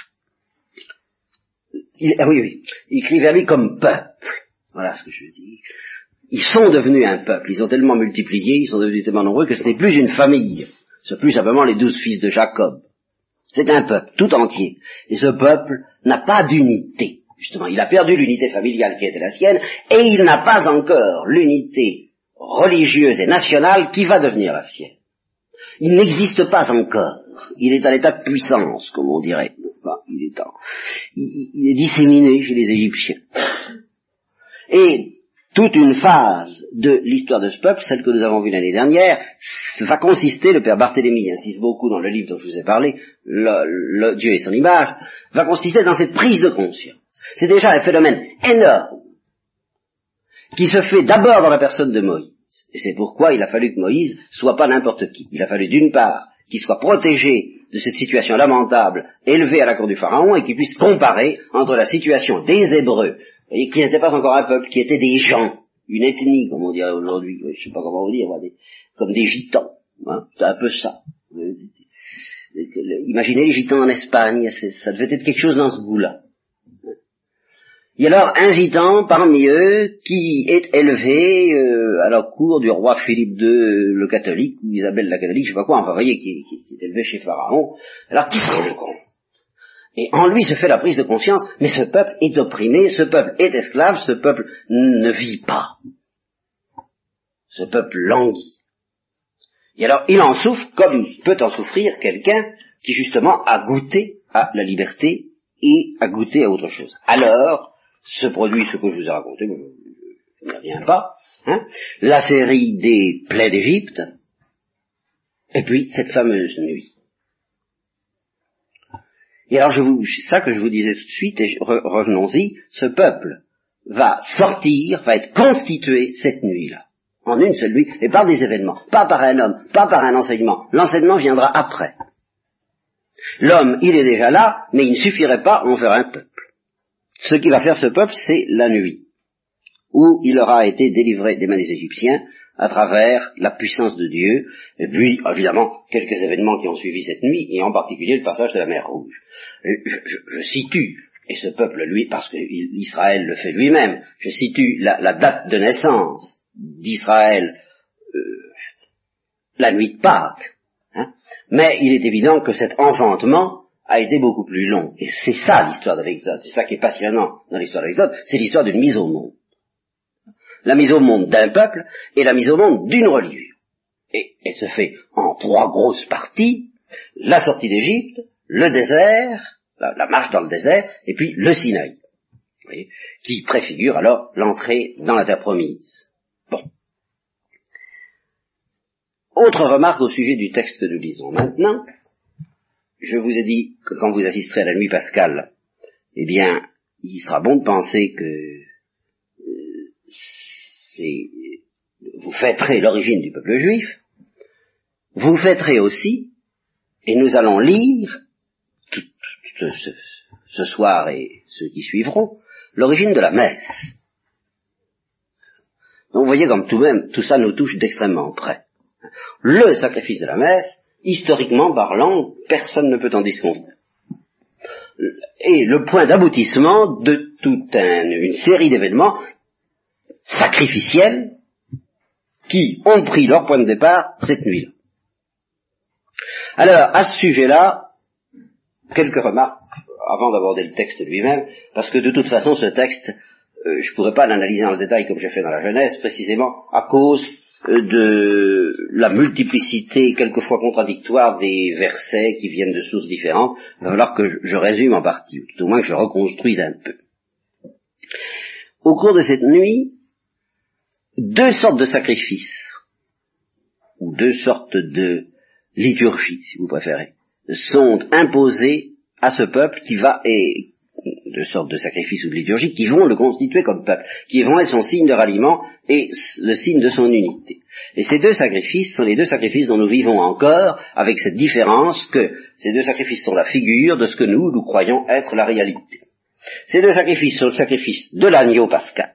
il, ah oui, oui, ils crient vers lui comme peuple. Voilà ce que je dis. Ils sont devenus un peuple, ils ont tellement multiplié, ils sont devenus tellement nombreux que ce n'est plus une famille, ce n'est plus simplement les douze fils de Jacob. C'est un peuple tout entier. Et ce peuple n'a pas d'unité. Justement, il a perdu l'unité familiale qui était la sienne, et il n'a pas encore l'unité religieuse et nationale qui va devenir la sienne. Il n'existe pas encore. Il est à l'état de puissance, comme on dirait. Enfin, il, est en, il, il est disséminé chez les Égyptiens. Et toute une phase de l'histoire de ce peuple, celle que nous avons vue l'année dernière, va consister, le père Barthélemy insiste beaucoup dans le livre dont je vous ai parlé, le, le Dieu et son image, va consister dans cette prise de conscience. C'est déjà un phénomène énorme qui se fait d'abord dans la personne de Moïse. Et c'est pourquoi il a fallu que Moïse soit pas n'importe qui. Il a fallu d'une part qu'il soit protégé de cette situation lamentable, élevé à la cour du Pharaon, et qu'il puisse comparer entre la situation des Hébreux, et qui n'étaient pas encore un peuple, qui étaient des gens, une ethnie, comme on dirait aujourd'hui, je sais pas comment vous dire, des, comme des gitans, hein, c'est un peu ça. Imaginez les gitans en Espagne, ça devait être quelque chose dans ce goût-là. Et alors un gitan parmi eux qui est élevé euh, à la cour du roi Philippe deux, le catholique, ou Isabelle la catholique, je sais pas quoi, enfin vous voyez, qui, qui, qui est élevé chez Pharaon, alors qui se rend compte? Et en lui se fait la prise de conscience, mais ce peuple est opprimé, ce peuple est esclave, ce peuple ne vit pas. Ce peuple languit. Et alors il en souffre comme peut en souffrir quelqu'un qui justement a goûté à la liberté et a goûté à autre chose. Alors se produit ce que je vous ai raconté, mais je n'y reviens pas, hein, la série des plaies d'Égypte, et puis cette fameuse nuit. Et alors je vous, c'est ça que je vous disais tout de suite, et re, revenons-y, ce peuple va sortir, va être constitué cette nuit-là, en une seule nuit, et par des événements, pas par un homme, pas par un enseignement. L'enseignement viendra après. L'homme, il est déjà là, mais il ne suffirait pas à en faire un peuple. Ce qui va faire ce peuple, c'est la nuit, où il aura été délivré des mains des Égyptiens à travers la puissance de Dieu, et puis, évidemment, quelques événements qui ont suivi cette nuit, et en particulier le passage de la mer Rouge. Je, je, je situe, et ce peuple, lui, parce qu'Israël le fait lui-même, je situe la, la date de naissance d'Israël, euh, la nuit de Pâques, hein, mais il est évident que cet enfantement a été beaucoup plus long. Et c'est ça l'histoire de l'Exode. C'est ça qui est passionnant dans l'histoire de l'Exode. C'est l'histoire d'une mise au monde. La mise au monde d'un peuple et la mise au monde d'une religion. Et elle se fait en trois grosses parties. La sortie d'Égypte, le désert, la, la marche dans le désert, et puis le Sinaï. Vous voyez, qui préfigure alors l'entrée dans la terre promise. Bon. Autre remarque au sujet du texte que nous lisons maintenant. Je vous ai dit que quand vous assisterez à la nuit pascale, eh bien, il sera bon de penser que euh, c'est, vous fêterez l'origine du peuple juif, vous fêterez aussi, et nous allons lire, tout, tout, ce, ce soir et ceux qui suivront, l'origine de la messe. Donc vous voyez comme tout, même, tout ça nous touche d'extrêmement près. Le sacrifice de la messe, historiquement parlant, personne ne peut en disconvenir. Et le point d'aboutissement de toute un, une série d'événements sacrificiels qui ont pris leur point de départ cette nuit-là. Alors, à ce sujet-là, quelques remarques avant d'aborder le texte lui-même, parce que de toute façon, ce texte, euh, je ne pourrais pas l'analyser dans le détail comme j'ai fait dans la Genèse, précisément à cause de la multiplicité quelquefois contradictoire des versets qui viennent de sources différentes. Il va falloir que je, je résume en partie, ou tout au moins que je reconstruise un peu. Au cours de cette nuit, deux sortes de sacrifices, ou deux sortes de liturgies, si vous préférez, sont imposées à ce peuple qui va, et deux sortes de sacrifices ou de liturgies, qui vont le constituer comme peuple, qui vont être son signe de ralliement et le signe de son unité. Et ces deux sacrifices sont les deux sacrifices dont nous vivons encore, avec cette différence que ces deux sacrifices sont la figure de ce que nous, nous croyons être la réalité. Ces deux sacrifices sont le sacrifice de l'agneau pascal,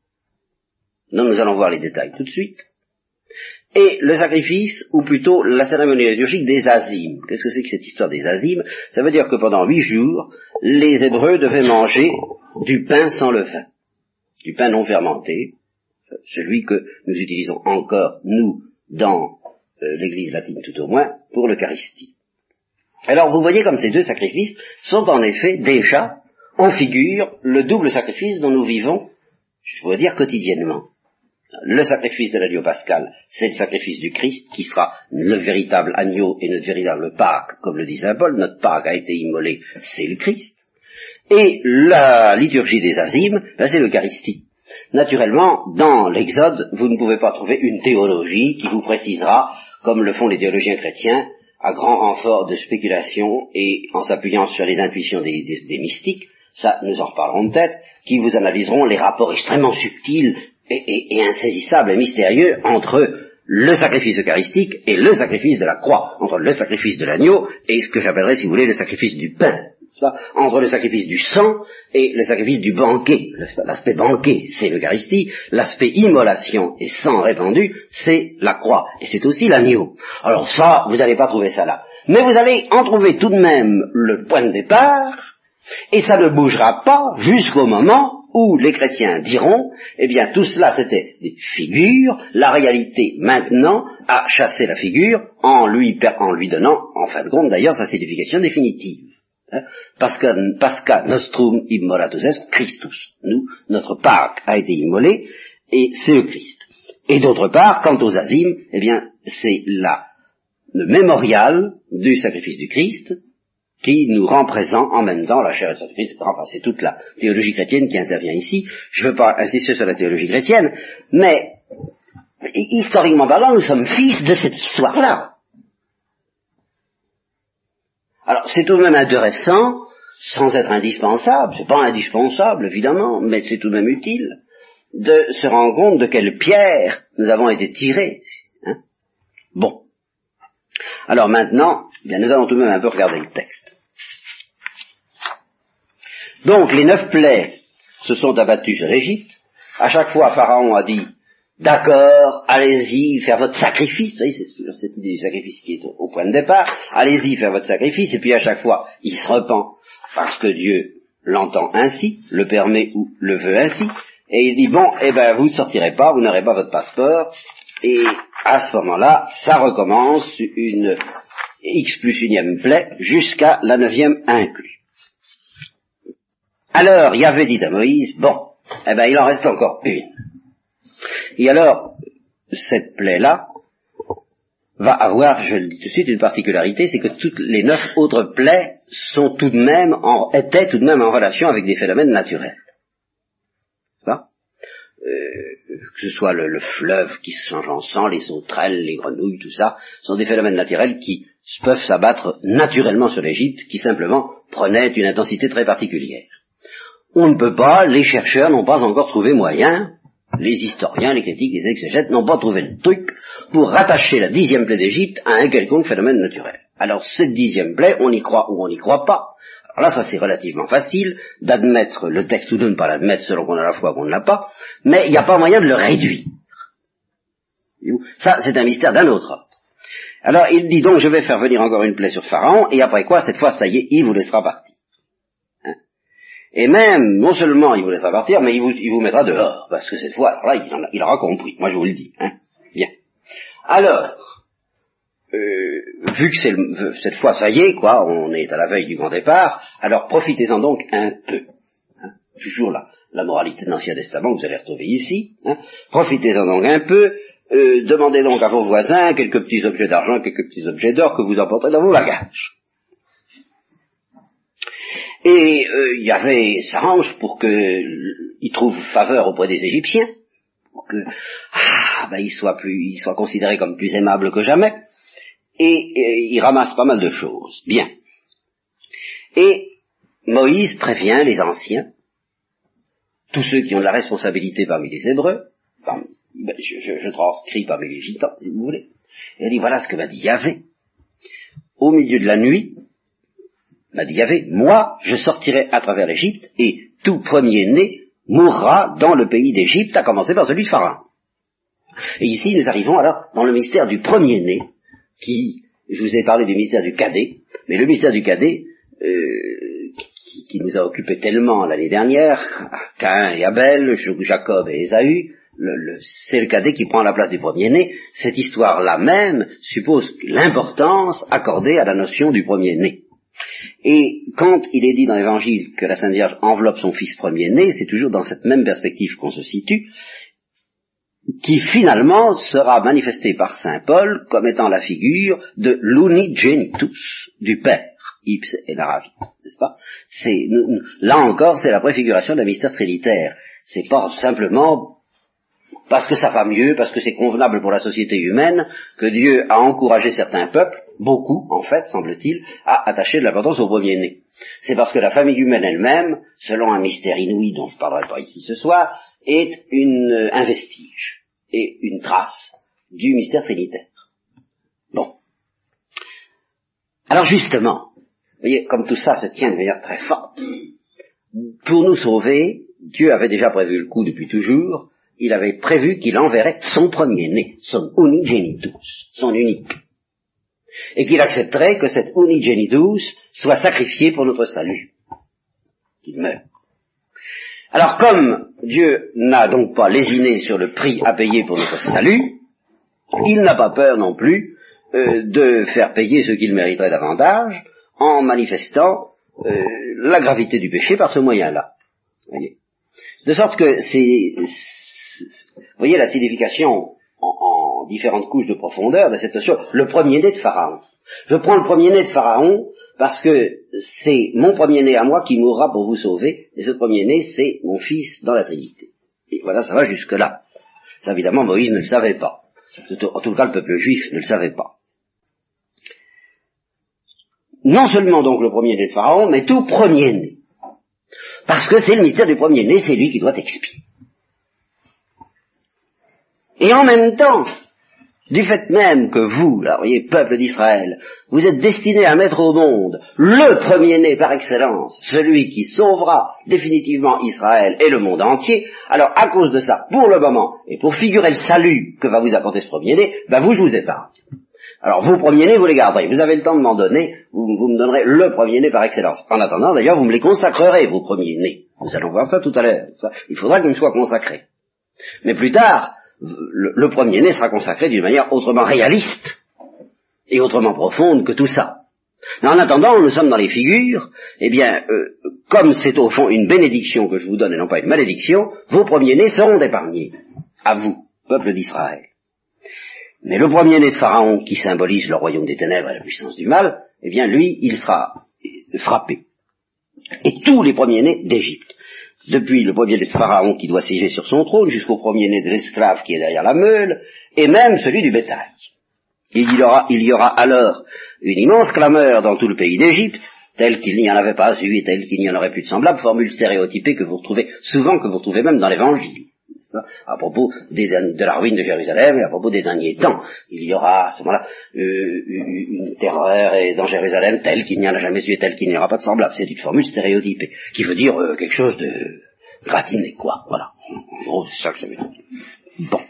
dont nous allons voir les détails tout de suite, et le sacrifice, ou plutôt la cérémonie liturgique des azimes. Qu'est-ce que c'est que cette histoire des azimes? Ça veut dire que pendant huit jours, les Hébreux devaient manger du pain sans levain, du pain non fermenté, celui que nous utilisons encore, nous, dans euh, l'Église latine tout au moins, pour l'Eucharistie. Alors vous voyez comme ces deux sacrifices sont en effet déjà, en figure, le double sacrifice dont nous vivons, je pourrais dire quotidiennement. Le sacrifice de l'agneau pascal, c'est le sacrifice du Christ, qui sera le véritable agneau et notre véritable Pâque, comme le dit saint Paul. Notre Pâque a été immolée, c'est le Christ. Et la liturgie des azymes, ben c'est l'Eucharistie. Naturellement, dans l'Exode, vous ne pouvez pas trouver une théologie qui vous précisera, comme le font les théologiens chrétiens, à grand renfort de spéculation et en s'appuyant sur les intuitions des, des, des mystiques, ça nous en reparlerons peut-être, qui vous analyseront les rapports extrêmement subtils et, et, et insaisissables et mystérieux entre le sacrifice eucharistique et le sacrifice de la croix, entre le sacrifice de l'agneau et ce que j'appellerais, si vous voulez, le sacrifice du pain, entre le sacrifice du sang et le sacrifice du banquet. L'aspect banquet, c'est l'Eucharistie, l'aspect immolation et sang répandu, c'est la croix, et c'est aussi l'agneau. Alors ça, vous n'allez pas trouver ça là. Mais vous allez en trouver tout de même le point de départ, et ça ne bougera pas jusqu'au moment où les chrétiens diront, eh bien tout cela c'était des figures, la réalité maintenant a chassé la figure en lui, en lui donnant, en fin de compte d'ailleurs, sa signification définitive. Hein, Pasca, Pasca nostrum immolatus est Christus. Nous, notre Pâque a été immolée, et c'est le Christ. Et d'autre part, quant aux azymes, eh bien c'est là le mémorial du sacrifice du Christ, qui nous rend présent en même temps la chair et le sacrifice, et cetera. Enfin, c'est toute la théologie chrétienne qui intervient ici. Je ne veux pas insister sur la théologie chrétienne, mais historiquement parlant, nous sommes fils de cette histoire-là. Alors, c'est tout de même intéressant, sans être indispensable, c'est pas indispensable, évidemment, mais c'est tout de même utile, de se rendre compte de quelle pierre nous avons été tirés. Hein bon. Alors maintenant, eh bien, nous allons tout de même un peu regarder le texte. Donc, les neuf plaies se sont abattues sur l'Égypte. À chaque fois, Pharaon a dit, d'accord, allez-y, faire votre sacrifice. Vous voyez, c'est toujours cette idée du sacrifice qui est au, au point de départ. Allez-y, faire votre sacrifice. Et puis à chaque fois, il se repent parce que Dieu l'entend ainsi, le permet ou le veut ainsi. Et il dit, bon, eh ben, vous ne sortirez pas, vous n'aurez pas votre passeport. Et à ce moment-là, ça recommence une X plus unième plaie jusqu'à la neuvième inclus. Alors, Yahvé dit à Moïse, bon, eh ben, il en reste encore une. Et alors, cette plaie-là va avoir, je le dis tout de suite, une particularité, c'est que toutes les neuf autres plaies sont tout de même en, étaient tout de même en relation avec des phénomènes naturels. Euh, que ce soit le, le fleuve qui se change en sang, les sauterelles, les grenouilles, tout ça, sont des phénomènes naturels qui peuvent s'abattre naturellement sur l'Égypte, qui simplement prenaient une intensité très particulière. On ne peut pas, les chercheurs n'ont pas encore trouvé moyen, les historiens, les critiques, les exégètes n'ont pas trouvé le truc pour rattacher la dixième plaie d'Égypte à un quelconque phénomène naturel. Alors cette dixième plaie, on y croit ou on n'y croit pas. Alors là, ça c'est relativement facile d'admettre le texte ou de ne pas l'admettre selon qu'on a la foi ou qu'on ne l'a pas, mais il n'y a pas moyen de le réduire. Ça, c'est un mystère d'un autre ordre. Alors, il dit donc, je vais faire venir encore une plaie sur Pharaon, et après quoi, cette fois, ça y est, il vous laissera partir. Hein et même, non seulement il vous laissera partir, mais il vous, il vous mettra dehors, parce que cette fois, alors là, il, en a, il aura compris, moi je vous le dis. Hein Bien. Alors, Euh, vu que c'est le, cette fois ça y est, quoi, on est à la veille du grand départ, alors profitez-en donc un peu. Hein, toujours la, la moralité de l'Ancien Testament que vous allez retrouver ici. Hein, profitez-en donc un peu, euh, demandez donc à vos voisins quelques petits objets d'argent, quelques petits objets d'or que vous emporterez dans vos bagages. Et euh, Yahvé s'arrange pour qu'il trouve faveur auprès des Égyptiens, pour que ah, ben, il soit plus, il soit considéré comme plus aimable que jamais. Et, et il ramasse pas mal de choses. Bien. Et Moïse prévient les anciens, tous ceux qui ont de la responsabilité parmi les Hébreux, parmi, ben, je, je, je transcris parmi les Gitans, si vous voulez. Et il dit, voilà ce que m'a dit Yahvé. Au milieu de la nuit, m'a dit Yahvé, moi, je sortirai à travers l'Égypte, et tout premier-né mourra dans le pays d'Égypte, à commencer par celui de Pharaon. Et ici, nous arrivons alors dans le mystère du premier-né, qui, je vous ai parlé du mystère du cadet, mais le mystère du cadet, euh, qui, qui nous a occupé tellement l'année dernière, Caïn et Abel, Jacob et Ésaü, le, le, c'est le cadet qui prend la place du premier-né. Cette histoire-là même suppose l'importance accordée à la notion du premier-né. Et quand il est dit dans l'Évangile que la Sainte Vierge enveloppe son fils premier-né, c'est toujours dans cette même perspective qu'on se situe. qui finalement sera manifesté par saint Paul comme étant la figure de l'unigenitus, du Père, ipse et naravit, n'est-ce pas? C'est, là encore, c'est la préfiguration d'un mystère trinitaire. C'est pas simplement parce que ça va mieux, parce que c'est convenable pour la société humaine, que Dieu a encouragé certains peuples, beaucoup en fait, semble-t-il, à attacher de l'importance au premier-né. C'est parce que la famille humaine elle-même, selon un mystère inouï dont je ne parlerai pas ici ce soir, est une, un vestige et une trace du mystère trinitaire. Bon. Alors justement, vous voyez, comme tout ça se tient de manière très forte, pour nous sauver, Dieu avait déjà prévu le coup depuis toujours. Il avait prévu qu'il enverrait son premier-né, son unigenitus, son unique, et qu'il accepterait que cet unigenitus soit sacrifié pour notre salut, qu'il meure. Alors comme Dieu n'a donc pas lésiné sur le prix à payer pour notre salut, il n'a pas peur non plus euh, de faire payer ce qu'il mériterait davantage en manifestant euh, la gravité du péché par ce moyen-là. Voyez. De sorte que c'est... Vous voyez la signification en, en différentes couches de profondeur de cette notion, le premier-né de Pharaon. Je prends le premier-né de Pharaon parce que c'est mon premier-né à moi qui mourra pour vous sauver, et ce premier-né, c'est mon fils dans la Trinité. Et voilà, ça va jusque-là. Ça, évidemment, Moïse ne le savait pas. En tout cas, le peuple juif ne le savait pas. Non seulement donc le premier-né de Pharaon, mais tout premier-né. Parce que c'est le mystère du premier-né, c'est lui qui doit expier. Et en même temps, du fait même que vous, là, voyez, peuple d'Israël, vous êtes destinés à mettre au monde le premier-né par excellence, celui qui sauvera définitivement Israël et le monde entier, alors à cause de ça, pour le moment, et pour figurer le salut que va vous apporter ce premier-né, ben vous, je vous épargne. Alors vos premiers-nés, vous les garderez. Vous avez le temps de m'en donner, vous, vous me donnerez le premier-né par excellence. En attendant, d'ailleurs, vous me les consacrerez, vos premiers-nés. Nous allons voir ça tout à l'heure. Il faudra qu'ils me soient consacrés. Mais plus tard, le, le premier-né sera consacré d'une manière autrement réaliste et autrement profonde que tout ça. Mais en attendant, nous sommes dans les figures, eh bien, euh, comme c'est au fond une bénédiction que je vous donne et non pas une malédiction, vos premiers-nés seront épargnés. À vous, peuple d'Israël. Mais le premier-né de Pharaon, qui symbolise le royaume des ténèbres et la puissance du mal, eh bien, lui, il sera frappé. Et tous les premiers-nés d'Égypte, depuis le premier-né de Pharaon qui doit siéger sur son trône, jusqu'au premier-né de l'esclave qui est derrière la meule, et même celui du bétail. Et il y aura, il y aura alors une immense clameur dans tout le pays d'Égypte, telle qu'il n'y en avait pas eu et telle qu'il n'y en aurait plus de semblable, formule stéréotypée que vous retrouvez souvent, que vous retrouvez même dans l'Évangile. À propos des, de la ruine de Jérusalem et à propos des derniers temps, il y aura à ce moment-là euh, une terreur et dans Jérusalem telle qu'il n'y en a jamais eu et telle qu'il n'y aura pas de semblable. C'est une formule stéréotypée qui veut dire euh, quelque chose de gratiné, quoi. Voilà. En gros, c'est ça que ça veut dire. Bon.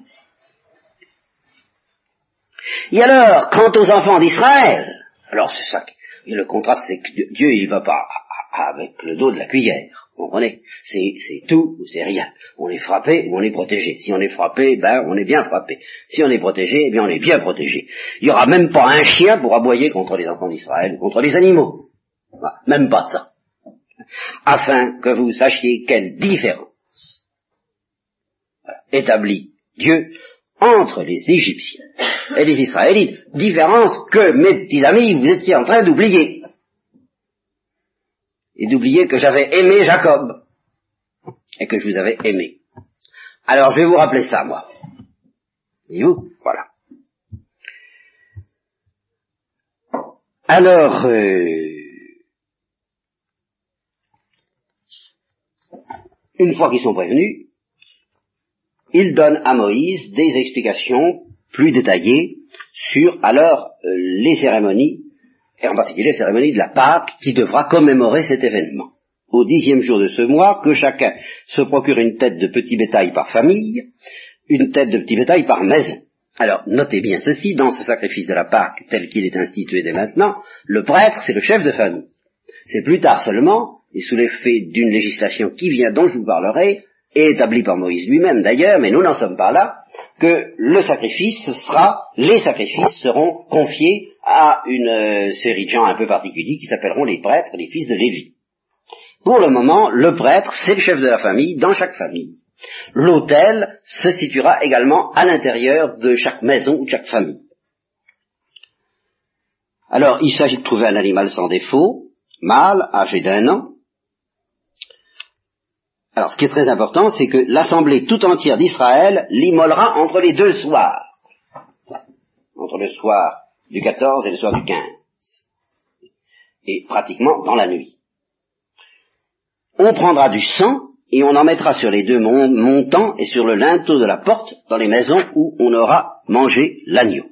Et alors, quant aux enfants d'Israël, alors c'est ça. Et le contraste, c'est que Dieu, il va pas avec le dos de la cuillère. Vous comprenez? C'est, c'est tout ou c'est rien. On est frappé ou on est protégé. Si on est frappé, ben on est bien frappé. Si on est protégé, eh bien on est bien protégé. Il n'y aura même pas un chien pour aboyer contre les enfants d'Israël, contre les animaux. Voilà. Même pas ça. Afin que vous sachiez quelle différence voilà, établit Dieu entre les Égyptiens et les Israélites. Différence que, mes petits amis, vous étiez en train d'oublier. Et d'oublier que j'avais aimé Jacob, et que je vous avais aimé. Alors je vais vous rappeler ça, moi. Voyez-vous? Voilà. Alors, euh, une fois qu'ils sont prévenus, ils donnent à Moïse des explications plus détaillées sur, alors, euh, les cérémonies, et en particulier la cérémonie de la Pâque qui devra commémorer cet événement. Au dixième jour de ce mois, que chacun se procure une tête de petit bétail par famille, une tête de petit bétail par maison. Alors, notez bien ceci, dans ce sacrifice de la Pâque, tel qu'il est institué dès maintenant, le prêtre, c'est le chef de famille. C'est plus tard seulement, et sous l'effet d'une législation qui vient, dont je vous parlerai, et établie par Moïse lui-même d'ailleurs, mais nous n'en sommes pas là, que le sacrifice sera, les sacrifices seront confiés à une euh, série de gens un peu particuliers qui s'appelleront les prêtres, les fils de Lévi. Pour le moment, le prêtre, c'est le chef de la famille dans chaque famille. L'autel se situera également à l'intérieur de chaque maison ou de chaque famille. Alors, il s'agit de trouver un animal sans défaut, mâle, âgé d'un an. Alors, ce qui est très important, c'est que l'assemblée tout entière d'Israël l'immolera entre les deux soirs. Entre le soir du quatorze et le soir du quinze. Et pratiquement dans la nuit. On prendra du sang et on en mettra sur les deux montants et sur le linteau de la porte dans les maisons où on aura mangé l'agneau.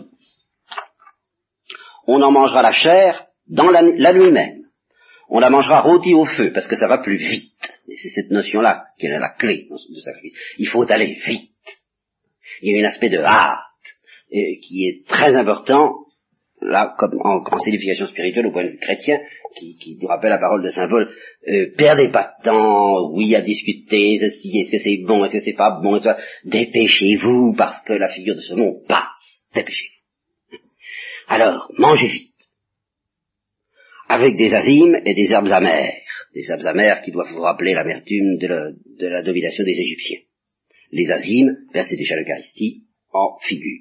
On en mangera la chair dans la, la nuit même. On la mangera rôtie au feu, parce que ça va plus vite. Et c'est cette notion-là qui est la clé du sacrifice. Il faut aller vite. Il y a un aspect de hâte euh, qui est très important, là, comme en, en signification spirituelle au point de vue chrétien, qui, qui nous rappelle la parole de Saint Paul. Euh, perdez pas de temps, oui, à discuter, est-ce que c'est bon, est-ce que c'est pas bon, et tout ça. Dépêchez-vous, parce que la figure de ce monde passe. Dépêchez-vous. Alors, mangez vite, avec des azimes et des herbes amères, des herbes amères qui doivent vous rappeler l'amertume de la, de la domination des Égyptiens. Les azimes, versez déjà l'Eucharistie, en figure.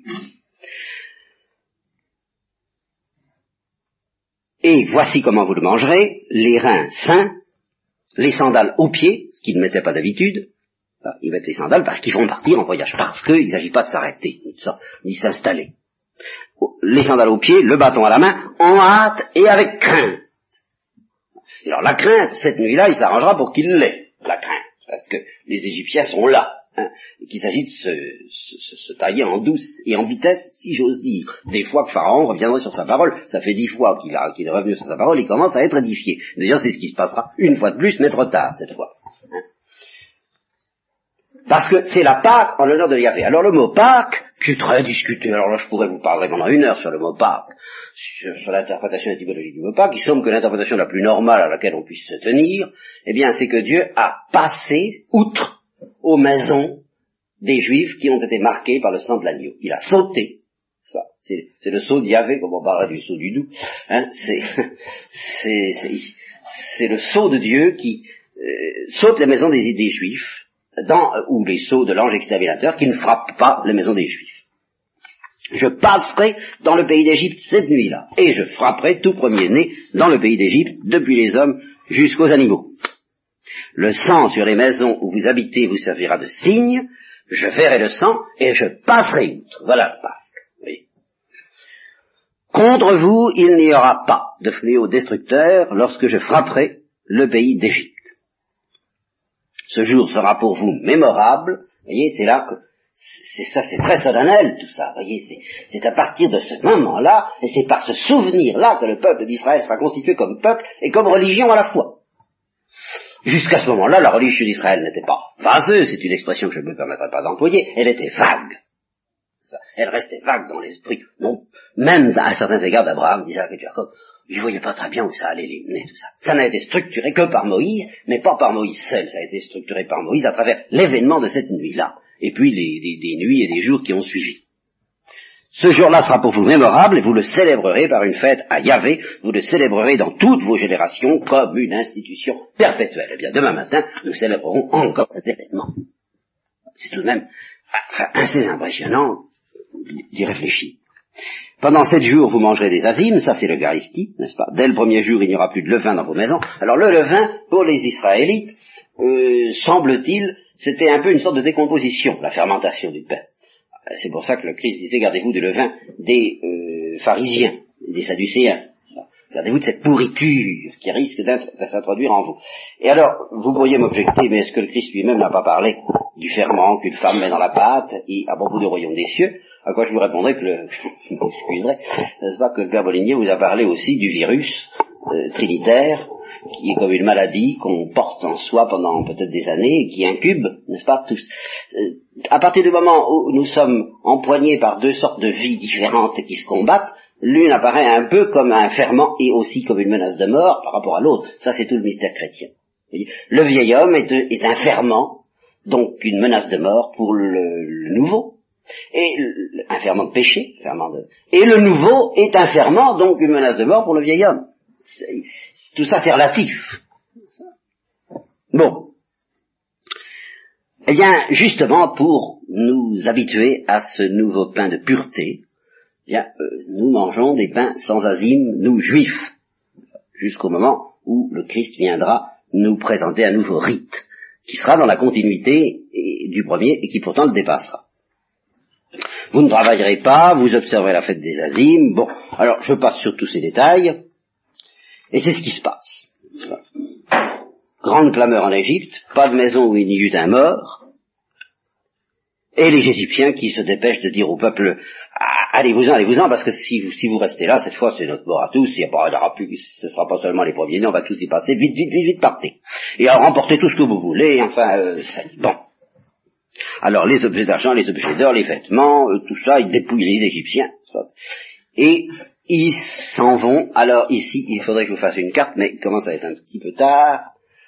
Et voici comment vous le mangerez, les reins sains, les sandales aux pieds, ce qu'ils ne mettaient pas d'habitude. Ils mettent les sandales parce qu'ils vont partir en voyage, parce qu'il ne s'agit pas de s'arrêter, ni de s'installer. Les sandales aux pieds, le bâton à la main, en hâte et avec crainte. Alors la crainte, cette nuit-là, il s'arrangera pour qu'il l'ait, la crainte, parce que les Égyptiens sont là, hein, et qu'il s'agit de se, se, se tailler en douce et en vitesse, si j'ose dire. Des fois que Pharaon reviendrait sur sa parole, ça fait dix fois qu'il, a, qu'il est revenu sur sa parole, il commence à être édifié. D'ailleurs, c'est ce qui se passera une fois de plus, mais trop tard, cette fois. Hein. Parce que c'est la Pâque en l'honneur de Yahvé. Alors le mot Pâque, qui est très discuté, alors là je pourrais vous parler pendant une heure sur le mot Pâque, sur, sur l'interprétation étymologique du mot Pâque, il semble que l'interprétation la plus normale à laquelle on puisse se tenir, eh bien c'est que Dieu a passé outre aux maisons des Juifs qui ont été marqués par le sang de l'agneau. Il a sauté, ça, c'est, c'est le saut de Yahvé, comme on parlerait du saut du Doubs, hein, c'est, c'est, c'est, c'est le saut de Dieu qui euh, saute les maisons des, des Juifs, dans, ou les sceaux de l'ange exterminateur qui ne frappent pas les maisons des Juifs. Je passerai dans le pays d'Égypte cette nuit-là, et je frapperai tout premier-né dans le pays d'Égypte, depuis les hommes jusqu'aux animaux. Le sang sur les maisons où vous habitez vous servira de signe, je verrai le sang, et je passerai outre. Voilà le Pâques. Oui. Contre vous, il n'y aura pas de fléau destructeur lorsque je frapperai le pays d'Égypte. Ce jour sera pour vous mémorable, voyez, c'est là que, c'est ça, c'est très solennel tout ça, voyez, c'est, c'est à partir de ce moment-là, et c'est par ce souvenir-là que le peuple d'Israël sera constitué comme peuple et comme religion à la fois. Jusqu'à ce moment-là, la religion d'Israël n'était pas vaseuse, c'est une expression que je ne me permettrai pas d'employer, elle était vague. Elle restait vague dans l'esprit, non, même à certains égards d'Abraham, d'Isaac et de Jacob. Ils ne voyaient pas très bien où ça allait les mener, tout ça. Ça n'a été structuré que par Moïse, mais pas par Moïse seul. Ça a été structuré par Moïse à travers l'événement de cette nuit-là, et puis les, des, des nuits et des jours qui ont suivi. Ce jour-là sera pour vous mémorable, et vous le célébrerez par une fête à Yahvé, vous le célébrerez dans toutes vos générations comme une institution perpétuelle. Eh bien, demain matin, nous célébrerons encore cet événement. C'est tout de même enfin, assez impressionnant d'y réfléchir. Pendant sept jours, vous mangerez des azimes, ça c'est l'Eucharistie, n'est-ce pas? Dès le premier jour, il n'y aura plus de levain dans vos maisons. Alors le levain, pour les Israélites, euh, semble-t-il, c'était un peu une sorte de décomposition, la fermentation du pain. C'est pour ça que le Christ disait, gardez-vous du levain des euh, pharisiens, des sadducéens. Gardez-vous de cette pourriture qui risque de s'introduire en vous. Et alors, vous pourriez m'objecter, mais est-ce que le Christ lui-même n'a pas parlé du ferment qu'une femme met dans la pâte, et à propos du royaume des cieux, à quoi je vous répondrai que le, je m'excuserai, n'est-ce pas, que le Père Molinier vous a parlé aussi du virus euh, trinitaire, qui est comme une maladie qu'on porte en soi pendant peut-être des années, et qui incube, n'est-ce pas, tous. Euh, à partir du moment où nous sommes empoignés par deux sortes de vies différentes qui se combattent, l'une apparaît un peu comme un ferment et aussi comme une menace de mort par rapport à l'autre. Ça, c'est tout le mystère chrétien. Vous voyez, le vieil homme est, est un ferment, donc une menace de mort pour le, le nouveau, et le, un ferment de péché, ferment de, et le nouveau est un ferment, donc une menace de mort pour le vieil homme. C'est, tout ça, c'est relatif. Bon. Eh bien, justement, pour nous habituer à ce nouveau pain de pureté, eh bien, euh, nous mangeons des pains sans azime, nous juifs, jusqu'au moment où le Christ viendra nous présenter un nouveau rite, qui sera dans la continuité du premier et qui pourtant le dépassera. Vous ne travaillerez pas, vous observerez la fête des azimes. Bon, alors je passe sur tous ces détails, et c'est ce qui se passe. Grande clameur en Égypte, pas de maison où il n'y eut un mort, et les Égyptiens qui se dépêchent de dire au peuple, ah, allez-vous-en, allez-vous-en, parce que si vous, si vous restez là, cette fois c'est notre mort à tous, il n'y aura plus, ce ne sera pas seulement les premiers, on va tous y passer, vite, vite, vite, vite, partez. Et alors remportez tout ce que vous voulez, enfin, euh, ça y est, bon. Alors les objets d'argent, les objets d'or, les vêtements, euh, tout ça, ils dépouillent les Égyptiens. Et ils s'en vont. Alors ici, il faudrait que je vous fasse une carte, mais il commence à être un petit peu tard.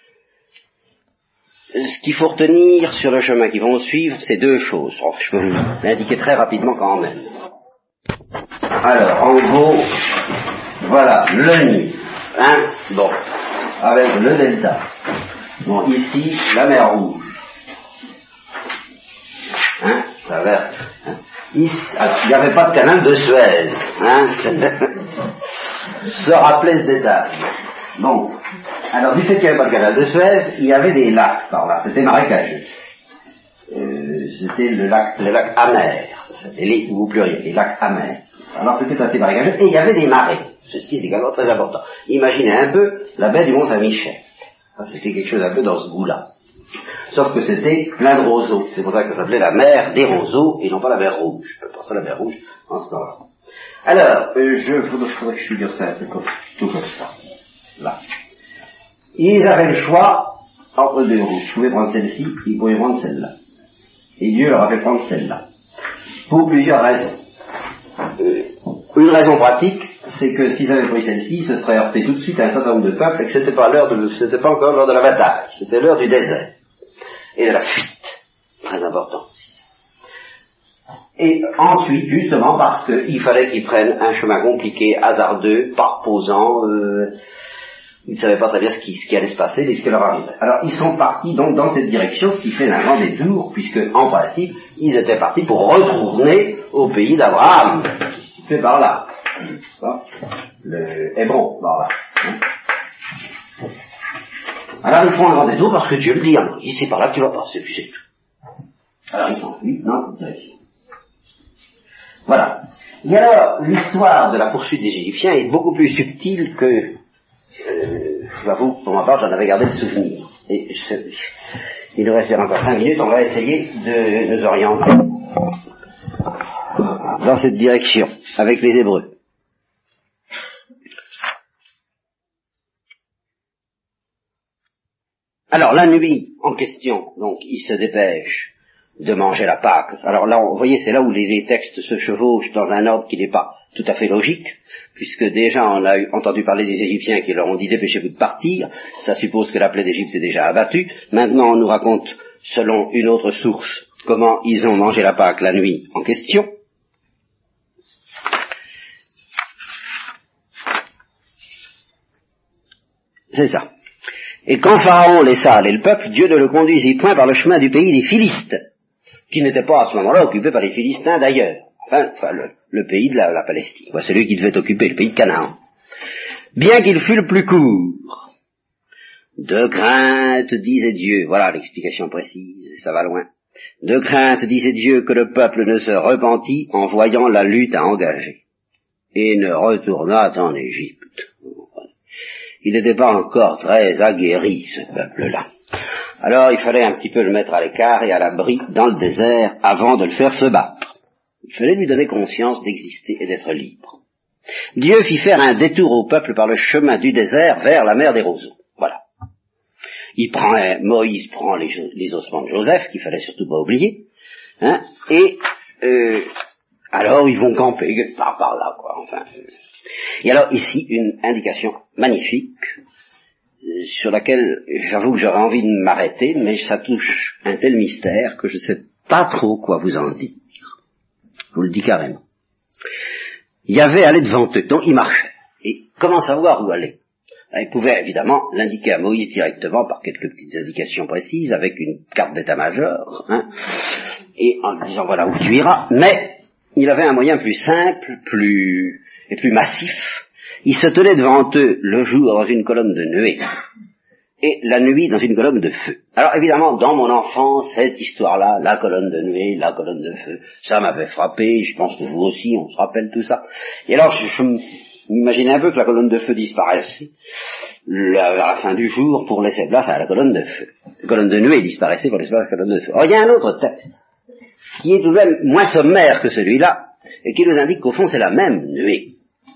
Ce qu'il faut retenir sur le chemin qu'ils vont suivre, c'est deux choses. Oh, je peux vous l'indiquer très rapidement quand même. Alors, en gros, voilà, le Nil, hein, bon, avec le delta. Bon, ici, la mer Rouge. Hein, ça verse. Hein. Il n'y avait pas de canal de Suez. Hein, se rappeler ce détail. Bon, alors du fait qu'il n'y avait pas de canal de Suez, il y avait des lacs par là, c'était marécageux. Euh, c'était le lac, le lac amer, ça s'appelait les, ou au pluriel, les lacs amers. Alors c'était assez marécageux, et il y avait des marées. Ceci est également très important. Imaginez un peu la baie du Mont-Saint-Michel. Ça, c'était quelque chose un peu dans ce goût-là. Sauf que c'était plein de roseaux. C'est pour ça que ça s'appelait la mer des roseaux, et non pas la mer Rouge. Je peux penser à la mer Rouge en ce temps-là. Alors, euh, je faudrait, faudrait que je figure ça un peu comme, tout comme ça. Là. Ils avaient le choix entre deux routes. Ils pouvaient prendre celle-ci, ils pouvaient prendre celle-là. Et Dieu leur a fait prendre celle-là. Pour plusieurs raisons. Euh, une raison pratique, c'est que s'ils avaient pris celle-ci, ils se seraient heurtés tout de suite à un certain nombre de peuples et que c'était pas l'heure de, c'était pas encore l'heure de la bataille. C'était l'heure du désert. Et de la fuite. Très important aussi. Et ensuite, justement, parce qu'il fallait qu'ils prennent un chemin compliqué, hasardeux, pas reposant, euh, ils ne savaient pas très bien ce qui, ce qui allait se passer et ce qui leur arriverait. Alors, ils sont partis donc dans cette direction, ce qui fait un grand détour, puisque, en principe, ils étaient partis pour retourner au pays d'Abraham, qui se situait par là. Le Hébron, par là. Alors, ils font un grand détour parce que Dieu le dit à Moïse, c'est par là que tu vas passer, puis c'est tout. Alors, ils s'enfuient dans cette direction. Voilà. Et alors, l'histoire de la poursuite des Égyptiens est beaucoup plus subtile que, euh, j'avoue, pour ma part, j'en avais gardé le souvenir. Et je, il nous reste encore cinq minutes, on va essayer de nous orienter dans cette direction, avec les Hébreux. Alors, la nuit en question, donc, ils se dépêchent de manger la Pâque. Alors là, vous voyez, c'est là où les, les textes se chevauchent dans un ordre qui n'est pas tout à fait logique, puisque déjà on a eu, entendu parler des Égyptiens qui leur ont dit dépêchez-vous de partir, ça suppose que la plaie d'Égypte s'est déjà abattue. Maintenant on nous raconte, selon une autre source, comment ils ont mangé la Pâque la nuit en question. C'est ça. Et quand Pharaon laissa aller le peuple, Dieu ne le conduisit point par le chemin du pays des Philistins, qui n'était pas à ce moment-là occupé par les Philistins d'ailleurs, enfin, enfin le, le pays de la, la Palestine, c'est celui qui devait occuper, le pays de Canaan. Bien qu'il fût le plus court, de crainte, disait Dieu, voilà l'explication précise, ça va loin, de crainte, disait Dieu, que le peuple ne se repentit en voyant la lutte à engager, et ne retournât en Égypte. Il n'était pas encore très aguerri, ce peuple-là. Alors il fallait un petit peu le mettre à l'écart et à l'abri dans le désert avant de le faire se battre. Il fallait lui donner conscience d'exister et d'être libre. Dieu fit faire un détour au peuple par le chemin du désert vers la mer des roseaux. Voilà. Il prend, Moïse prend les, les ossements de Joseph, qu'il fallait surtout pas oublier, hein, et euh, alors ils vont camper quelque part par là, quoi, enfin. Euh. Et alors ici, une indication magnifique, euh, sur laquelle j'avoue que j'aurais envie de m'arrêter, mais ça touche un tel mystère que je ne sais pas trop quoi vous en dire. Je vous le dis carrément. Yahvé allait devant eux, donc il marchait. Et comment savoir où aller? Il pouvait évidemment l'indiquer à Moïse directement par quelques petites indications précises, avec une carte d'état-major, hein, et en lui disant voilà où tu iras, mais il avait un moyen plus simple, plus et plus massif. Il se tenait devant eux le jour dans une colonne de nuée, et la nuit dans une colonne de feu. Alors évidemment, dans mon enfance, cette histoire-là, la colonne de nuée, la colonne de feu, ça m'avait frappé, je pense que vous aussi, on se rappelle tout ça. Et alors, je, je m'imaginais un peu que la colonne de feu disparaissait à la fin du jour pour laisser place à la colonne de feu. La colonne de nuée disparaissait pour laisser place à la colonne de feu. Or, il y a un autre texte, qui est tout de même moins sommaire que celui-là, et qui nous indique qu'au fond, c'est la même nuée,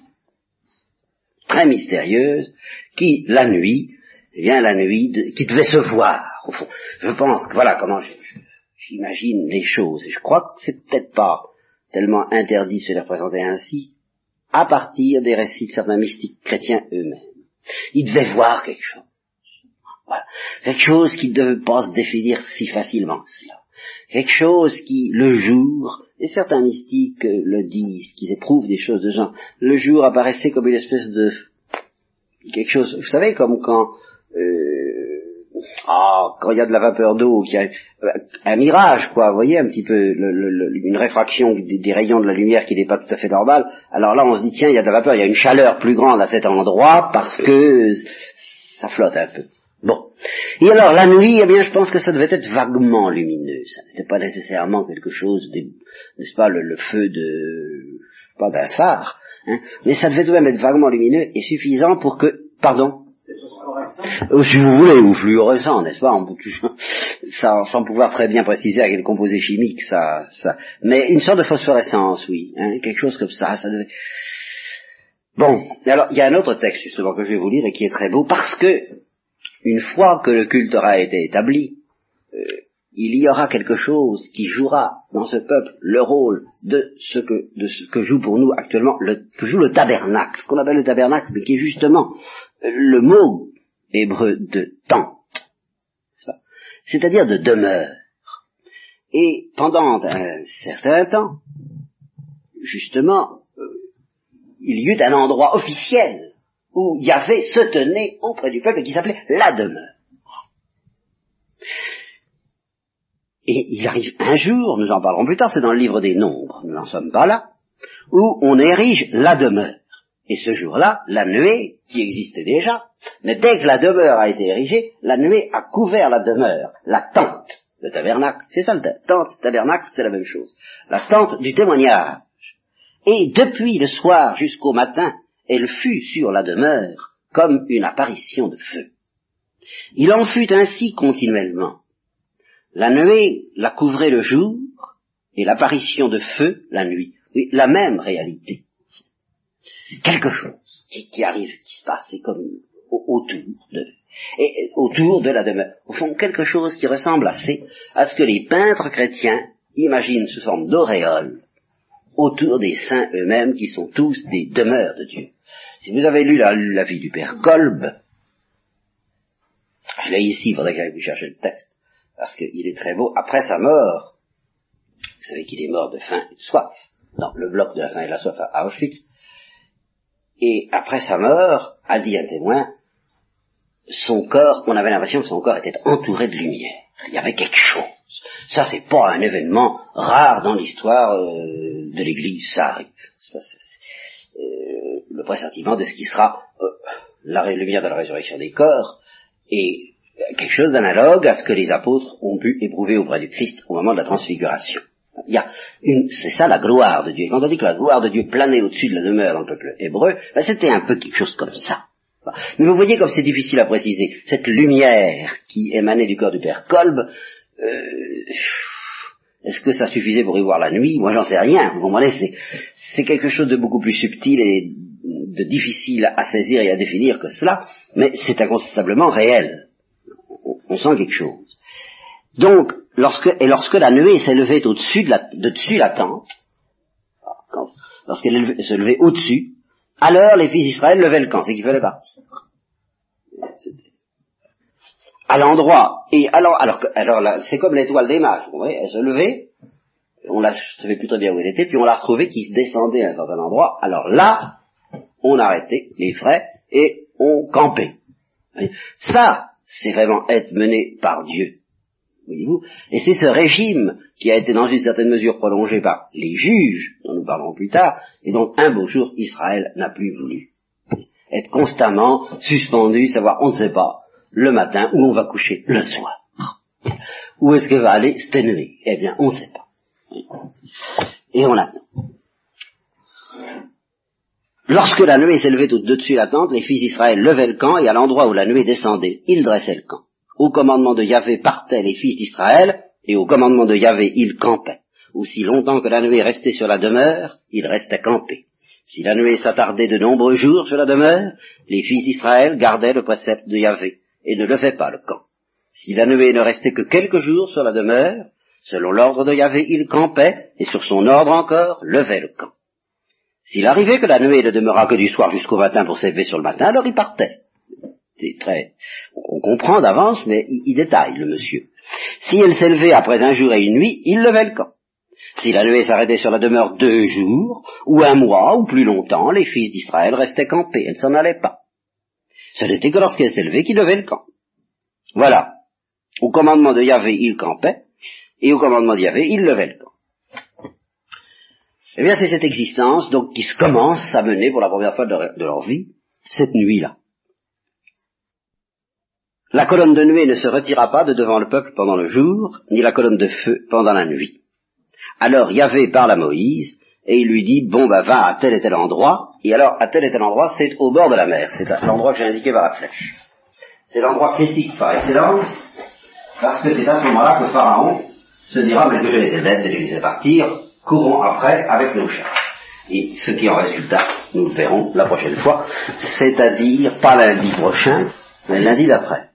très mystérieuse, qui, la nuit, eh bien, la nuit, de, qui devait se voir, au fond. Je pense que, voilà comment je, je, j'imagine les choses, et je crois que c'est peut-être pas tellement interdit de se les représenter ainsi, à partir des récits de certains mystiques chrétiens eux-mêmes. Ils devaient voir quelque chose. Voilà. Quelque chose qui ne devait pas se définir si facilement que cela. Quelque chose qui, le jour, et certains mystiques le disent, qu'ils éprouvent des choses de genre, le jour apparaissait comme une espèce de quelque chose, vous savez, comme quand euh, ah, quand il y a de la vapeur d'eau, qu'il y a un mirage, quoi, vous voyez, un petit peu le, le, le, une réfraction des, des rayons de la lumière qui n'est pas tout à fait normale. Alors là, on se dit, tiens, il y a de la vapeur, il y a une chaleur plus grande à cet endroit parce que ça flotte un peu. Bon. Et alors, la nuit, eh bien, je pense que ça devait être vaguement lumineux. Ça n'était pas nécessairement quelque chose, de, n'est-ce pas, le, le feu de, je sais pas, d'un phare, hein, mais ça devait tout de même être vaguement lumineux et suffisant pour que, pardon, Euh, si vous voulez, ou fluorescent, n'est-ce pas, on peut toujours, sans, sans pouvoir très bien préciser à quel composé chimique ça, ça, mais une sorte de phosphorescence, oui, hein, quelque chose comme ça, ça devait. Bon, alors il y a un autre texte justement que je vais vous lire et qui est très beau, parce que une fois que le culte aura été établi, euh, il y aura quelque chose qui jouera dans ce peuple le rôle de ce que, de ce que joue pour nous actuellement, le, que joue le tabernacle, ce qu'on appelle le tabernacle, mais qui est justement euh, le mot hébreu de tente, c'est-à-dire de demeure. Et pendant un certain temps, justement, euh, il y eut un endroit officiel où Yahvé se tenait auprès du peuple et qui s'appelait la demeure. Et il arrive un jour, nous en parlerons plus tard, c'est dans le livre des Nombres, nous n'en sommes pas là, où on érige la demeure. Et ce jour-là, la nuée, qui existait déjà, mais dès que la demeure a été érigée, la nuée a couvert la demeure, la tente, le tabernacle, c'est ça le terme, tente, tabernacle, c'est la même chose, la tente du témoignage. Et depuis le soir jusqu'au matin, elle fut sur la demeure comme une apparition de feu. Il en fut ainsi continuellement. La nuée la couvrait le jour, et l'apparition de feu la nuit. Oui, la même réalité. Quelque chose qui, qui arrive, qui se passe, c'est comme autour de, et, autour de la demeure. Au fond, quelque chose qui ressemble assez à ce que les peintres chrétiens imaginent sous forme d'auréole autour des saints eux-mêmes, qui sont tous des demeures de Dieu. Si vous avez lu la, la vie du père Kolb, je l'ai ici, il faudrait que j'aille vous chercher le texte, parce qu'il est très beau. Après sa mort, vous savez qu'il est mort de faim et de soif, dans le bloc de la faim et de la soif à Auschwitz, et après sa mort, a dit un témoin, son corps, on avait l'impression que son corps était entouré de lumière. Il y avait quelque chose. Ça, c'est pas un événement rare dans l'histoire euh, de l'Église, ça arrive. C'est, c'est, euh, le pressentiment de ce qui sera euh, la lumière de la résurrection des corps, et quelque chose d'analogue à ce que les apôtres ont pu éprouver auprès du Christ au moment de la transfiguration. Il y a une, c'est ça la gloire de Dieu. Quand on dit que la gloire de Dieu planait au-dessus de la demeure dans le peuple hébreu, ben c'était un peu quelque chose comme ça. Mais vous voyez comme c'est difficile à préciser. Cette lumière qui émanait du corps du père Kolb, euh, est-ce que ça suffisait pour y voir la nuit? Moi j'en sais rien, vous comprenez, c'est, c'est quelque chose de beaucoup plus subtil et de difficile à saisir et à définir que cela, mais c'est incontestablement réel. On, on sent quelque chose. Donc, lorsque, et lorsque la nuée s'est levée au-dessus de la, de dessus la tente, quand, lorsqu'elle se levait au-dessus, alors les fils d'Israël levaient le camp, c'est qu'il fallait partir. À l'endroit, et alors, alors, alors là, c'est comme l'étoile des mages, vous voyez, elle se levait, on la, je savais plus très bien où elle était, puis on la retrouvait qui se descendait à un certain endroit, alors là, on arrêtait les frais, et ont campé. Ça, c'est vraiment être mené par Dieu. Voyez-vous? Et c'est ce régime qui a été dans une certaine mesure prolongé par les juges, dont nous parlerons plus tard, et dont un beau jour Israël n'a plus voulu. Être constamment suspendu, savoir on ne sait pas, le matin, où on va coucher le soir. Où est-ce que va aller cette nuit? Eh bien, on ne sait pas. Et on attend. Lorsque la nuée s'élevait au-dessus de la tente, les fils d'Israël levaient le camp, et à l'endroit où la nuée descendait, ils dressaient le camp. Au commandement de Yahvé partaient les fils d'Israël, et au commandement de Yahvé ils campaient. Aussi longtemps que la nuée restait sur la demeure, ils restaient campés. Si la nuée s'attardait de nombreux jours sur la demeure, les fils d'Israël gardaient le précepte de Yahvé, et ne levaient pas le camp. Si la nuée ne restait que quelques jours sur la demeure, selon l'ordre de Yahvé, ils campaient, et sur son ordre encore, levaient le camp. S'il arrivait que la nuée ne demeura que du soir jusqu'au matin pour s'élever sur le matin, alors ils partaient. C'est très, on comprend d'avance, mais il, il détaille, le monsieur. Si elle s'élevait après un jour et une nuit, il levait le camp. Si la nuée s'arrêtait sur la demeure deux jours, ou un mois, ou plus longtemps, les fils d'Israël restaient campés, elles ne s'en allaient pas. Ce n'était que lorsqu'elle s'élevait qu'ils levaient le camp. Voilà. Au commandement de Yahvé, ils campaient, et au commandement de Yahvé, ils levaient le camp. Eh bien, c'est cette existence, donc, qui se commence à mener pour la première fois de leur, de leur vie, cette nuit-là. La colonne de nuée ne se retira pas de devant le peuple pendant le jour, ni la colonne de feu pendant la nuit. Alors Yahvé parle à Moïse, et il lui dit, bon, bah, va à tel et tel endroit, et alors, à tel et tel endroit, c'est au bord de la mer, c'est l'endroit que j'ai indiqué par la flèche. C'est l'endroit critique par excellence, parce que c'est à ce moment-là que Pharaon se dira, mais que je l'étais bête de les laisser partir, courons après avec nos chars. Et ce qui en résultat, nous le verrons la prochaine fois, c'est-à-dire, pas lundi prochain, mais lundi d'après.